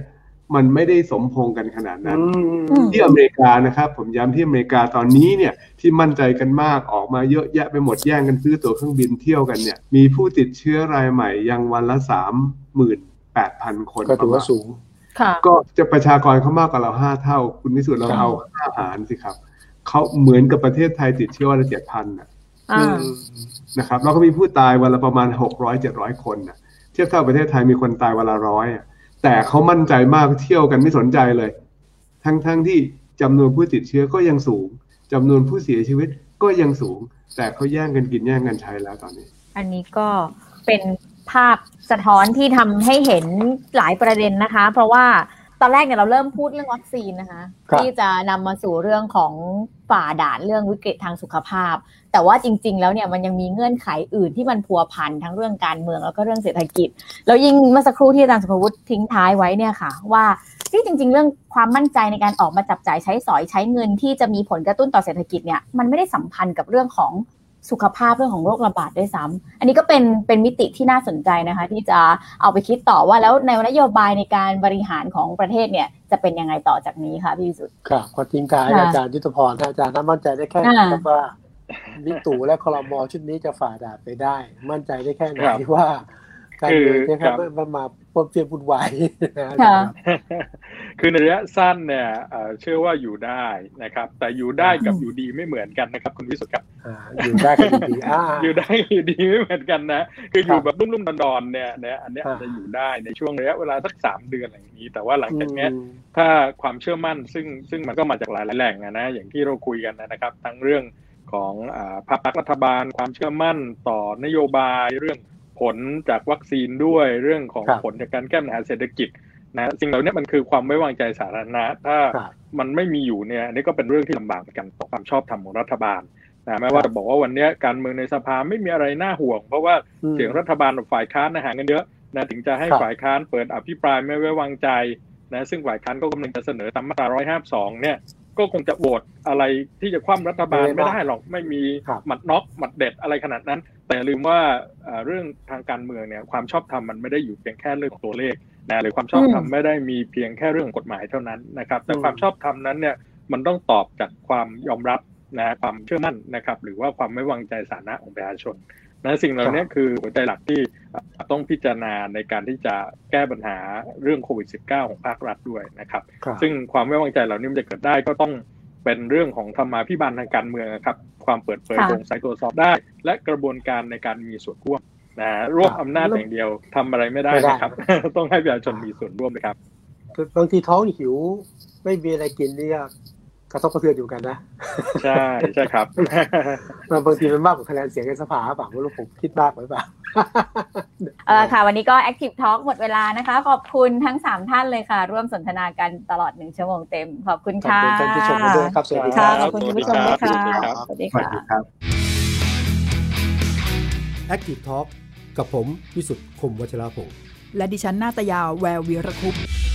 มันไม่ได้สมพงกันขนาดนั้นที่อเมริกานะครับผมย้ำที่อเมริกาตอนนี้เนี่ยที่มั่นใจกันมากออกมาเยอะแยะไปหมดแย่งกันซื้อตั๋วเครื่องบินเที่ยวกันเนี่ยมีผู้ติดเชื้อรายใหม่ยังวันละ สามหมื่นแปดพัน คนก็ถือว่าสูงก็จะประชากรเขามากกว่าเราห้าเท่าคุณวิสุทธิ์เราเอาห้าหารสิครับเขาเหมือนกับประเทศไทยติดเชื้อวันละ เจ็ดพัน น่ะนะครับแล้วก็มีผู้ตายวันละประมาณหกร้อย เจ็ดร้อยคนน่ะเทียบเท่าประเทศไทยมีคนตายวันละร้อยอ่ะแต่เขามั่นใจมากเที่ยวกันไม่สนใจเลยทั้งๆที่จำนวนผู้ติดเชื้อก็ยังสูงจำนวนผู้เสียชีวิตก็ยังสูงแต่เขาแย่งกันกินแย่งกันใช้แล้วตอนนี้อันนี้ก็เป็นภาพสะท้อนที่ทำให้เห็นหลายประเด็นนะคะเพราะว่าตอนแรกเนี่ยเราเริ่มพูดเรื่องวัคซีนนะคะที่จะนำมาสู่เรื่องของฝ่าด่านเรื่องวิกฤตทางสุขภาพแต่ว่าจริงๆแล้วเนี่ยมันยังมีเงื่อนไขอื่นที่มันพัวพันทั้งเรื่องการเมืองแล้วก็เรื่องเศรษฐกิจแล้วยิ่งเมื่อสักครู่ที่อาจารย์สุภวุฒิทิ้งท้ายไว้เนี่ยค่ะว่าที่จริงๆเรื่องความมั่นใจในการออกมาจับจ่ายใช้สอยใช้เงินที่จะมีผลกระตุ้นต่อเศรษฐกิจเนี่ยมันไม่ได้สัมพันธ์กับเรื่องของสุขภาพเรื่องของโรคระบาดด้วยซ้ำอันนี้ก็เป็นเป็นมิติที่น่าสนใจนะคะที่จะเอาไปคิดต่อว่าแล้วในนโยบายในการบริหารของประเทศเนี่ยจะเป็นยังไงต่อจากนี้คะพี่วิสุทธิ์ครับขอทิ้งท้ายอาจารย์ยุทธพรอาจารย์น่ามั่นใจได้แค่ไหนครับว่าบิ๊กตู่และครม.ชุดนี้จะฝ่าด่านไปได้มั่นใจได้แค่ไหนว่าการเมืองนะครับมันมาปนเปื้อนวุ่นวายคือในระยะสั้นเนี่ยเชื่อว่าอยู่ได้นะครับแต่อยู่ได้กับอยู่ดีไม่เหมือนกันนะครับคุณวิสุทธิ์ครับอยู่ได้กับอยู่ดีอยู่ได้อยู่ดีไม่เหมือนกันนะคืออยู่แบบรุ่มๆดอนๆเนี่ยเนี่ยอันนี้อาจจะอยู่ได้ในช่วงระยะเวลาสักสามเดือนอะไรอย่างนี้แต่ว่าหลังจากนี้ถ้าความเชื่อมั่นซึ่งซึ่งมันก็มาจากหลายแหล่งนะอย่างที่เราคุยกันนะครับทั้งเรื่องของภาครัฐบาลความเชื่อมั่นต่อนโยบายเรื่องผลจากวัคซีนด้วยเรื่องของผลจากการแก้ปัญหาเศรษฐกิจนะสิ่งเหล่านี้มันคือความไม่วางใจสาธารณะถ้ามันไม่มีอยู่เนี่ยอันนี้ก็เป็นเรื่องที่ลำบากกันต่อความชอบธรรมของรัฐบาลนะแม้ว่าจะบอกว่าวันนี้การเมืองในสภาไม่มีอะไรน่าห่วงเพราะว่าเสียงรัฐบาลกับฝ่ายค้านนะหาเงินเยอะนะถึงจะให้ฝ่ายค้านเปิดอภิปรายไม่ไว้วางใจนะซึ่งฝ่ายค้านก็กำลังจะเสนอตามมาตราหนึ่งร้อยห้าสิบสองเนี่ยก็คงจะโหวตอะไรที่จะคว่ำรัฐบาลไม่ได้หรอกไม่มีหมัดน็อกหมัดเด็ดอะไรขนาดนั้นแต่ลืมว่าเรื่องทางการเมืองเนี่ยความชอบธรรมมันไม่ได้อยู่เพียงแค่เรื่องของตัวเลขนะหรือความชอบธรรมไม่ได้มีเพียงแค่เรื่องกฎหมายเท่านั้นนะครับแต่ความชอบธรรมนั้นเนี่ยมันต้องตอบจากความยอมรับนะความเชื่อมั่นนะครับหรือว่าความไม่วางใจสาธารณะของประชาชนนะสิ่งเหล่านี้คือหัวใจหลักที่ต้องพิจารณาในการที่จะแก้ปัญหาเรื่องโควิด สิบเก้า ของภาครัฐด้วยนะครับซึ่งความไม่วางใจเหล่านี้มันจะเกิดได้ก็ต้องเป็นเรื่องของธรรมาภิบาลทางการเมืองครับความเปิดเผยโปร่งใสตรวจสอบได้และกระบวนการในการมีส่วนร่วมนะรวบอำนาจอย่างเดียวทำอะไรไม่ได้นะครับต้องให้ประชาชนมีส่วนร่วมเลยครับบางทีท้องหิวไม่มีอะไรกินนี่กระทบกระเทือนอยู่กันนะใช่ใช่ครับบางทีมันมากกว่าคะแนนเสียงในสภาเปล่าไม่รู้ผมคิดมากไปเปล่าเออค่ะวันนี้ก็ Active Talk หมดเวลานะคะขอบคุณทั้งสามท่านเลยค่ะร่วมสนทนากันตลอดหนึ่งชั่วโมงเต็มขอบคุณค่ะขอบคุณท่านผู้ชมด้วยครับสวัสดีครับขอบคุณผู้ชมด้วยค่ะสวัสดีค่ะ Active Talk กับผมวิสุทธิ์คมวัชรพงษ์และดิฉันนาตยาแวววีรคุปต์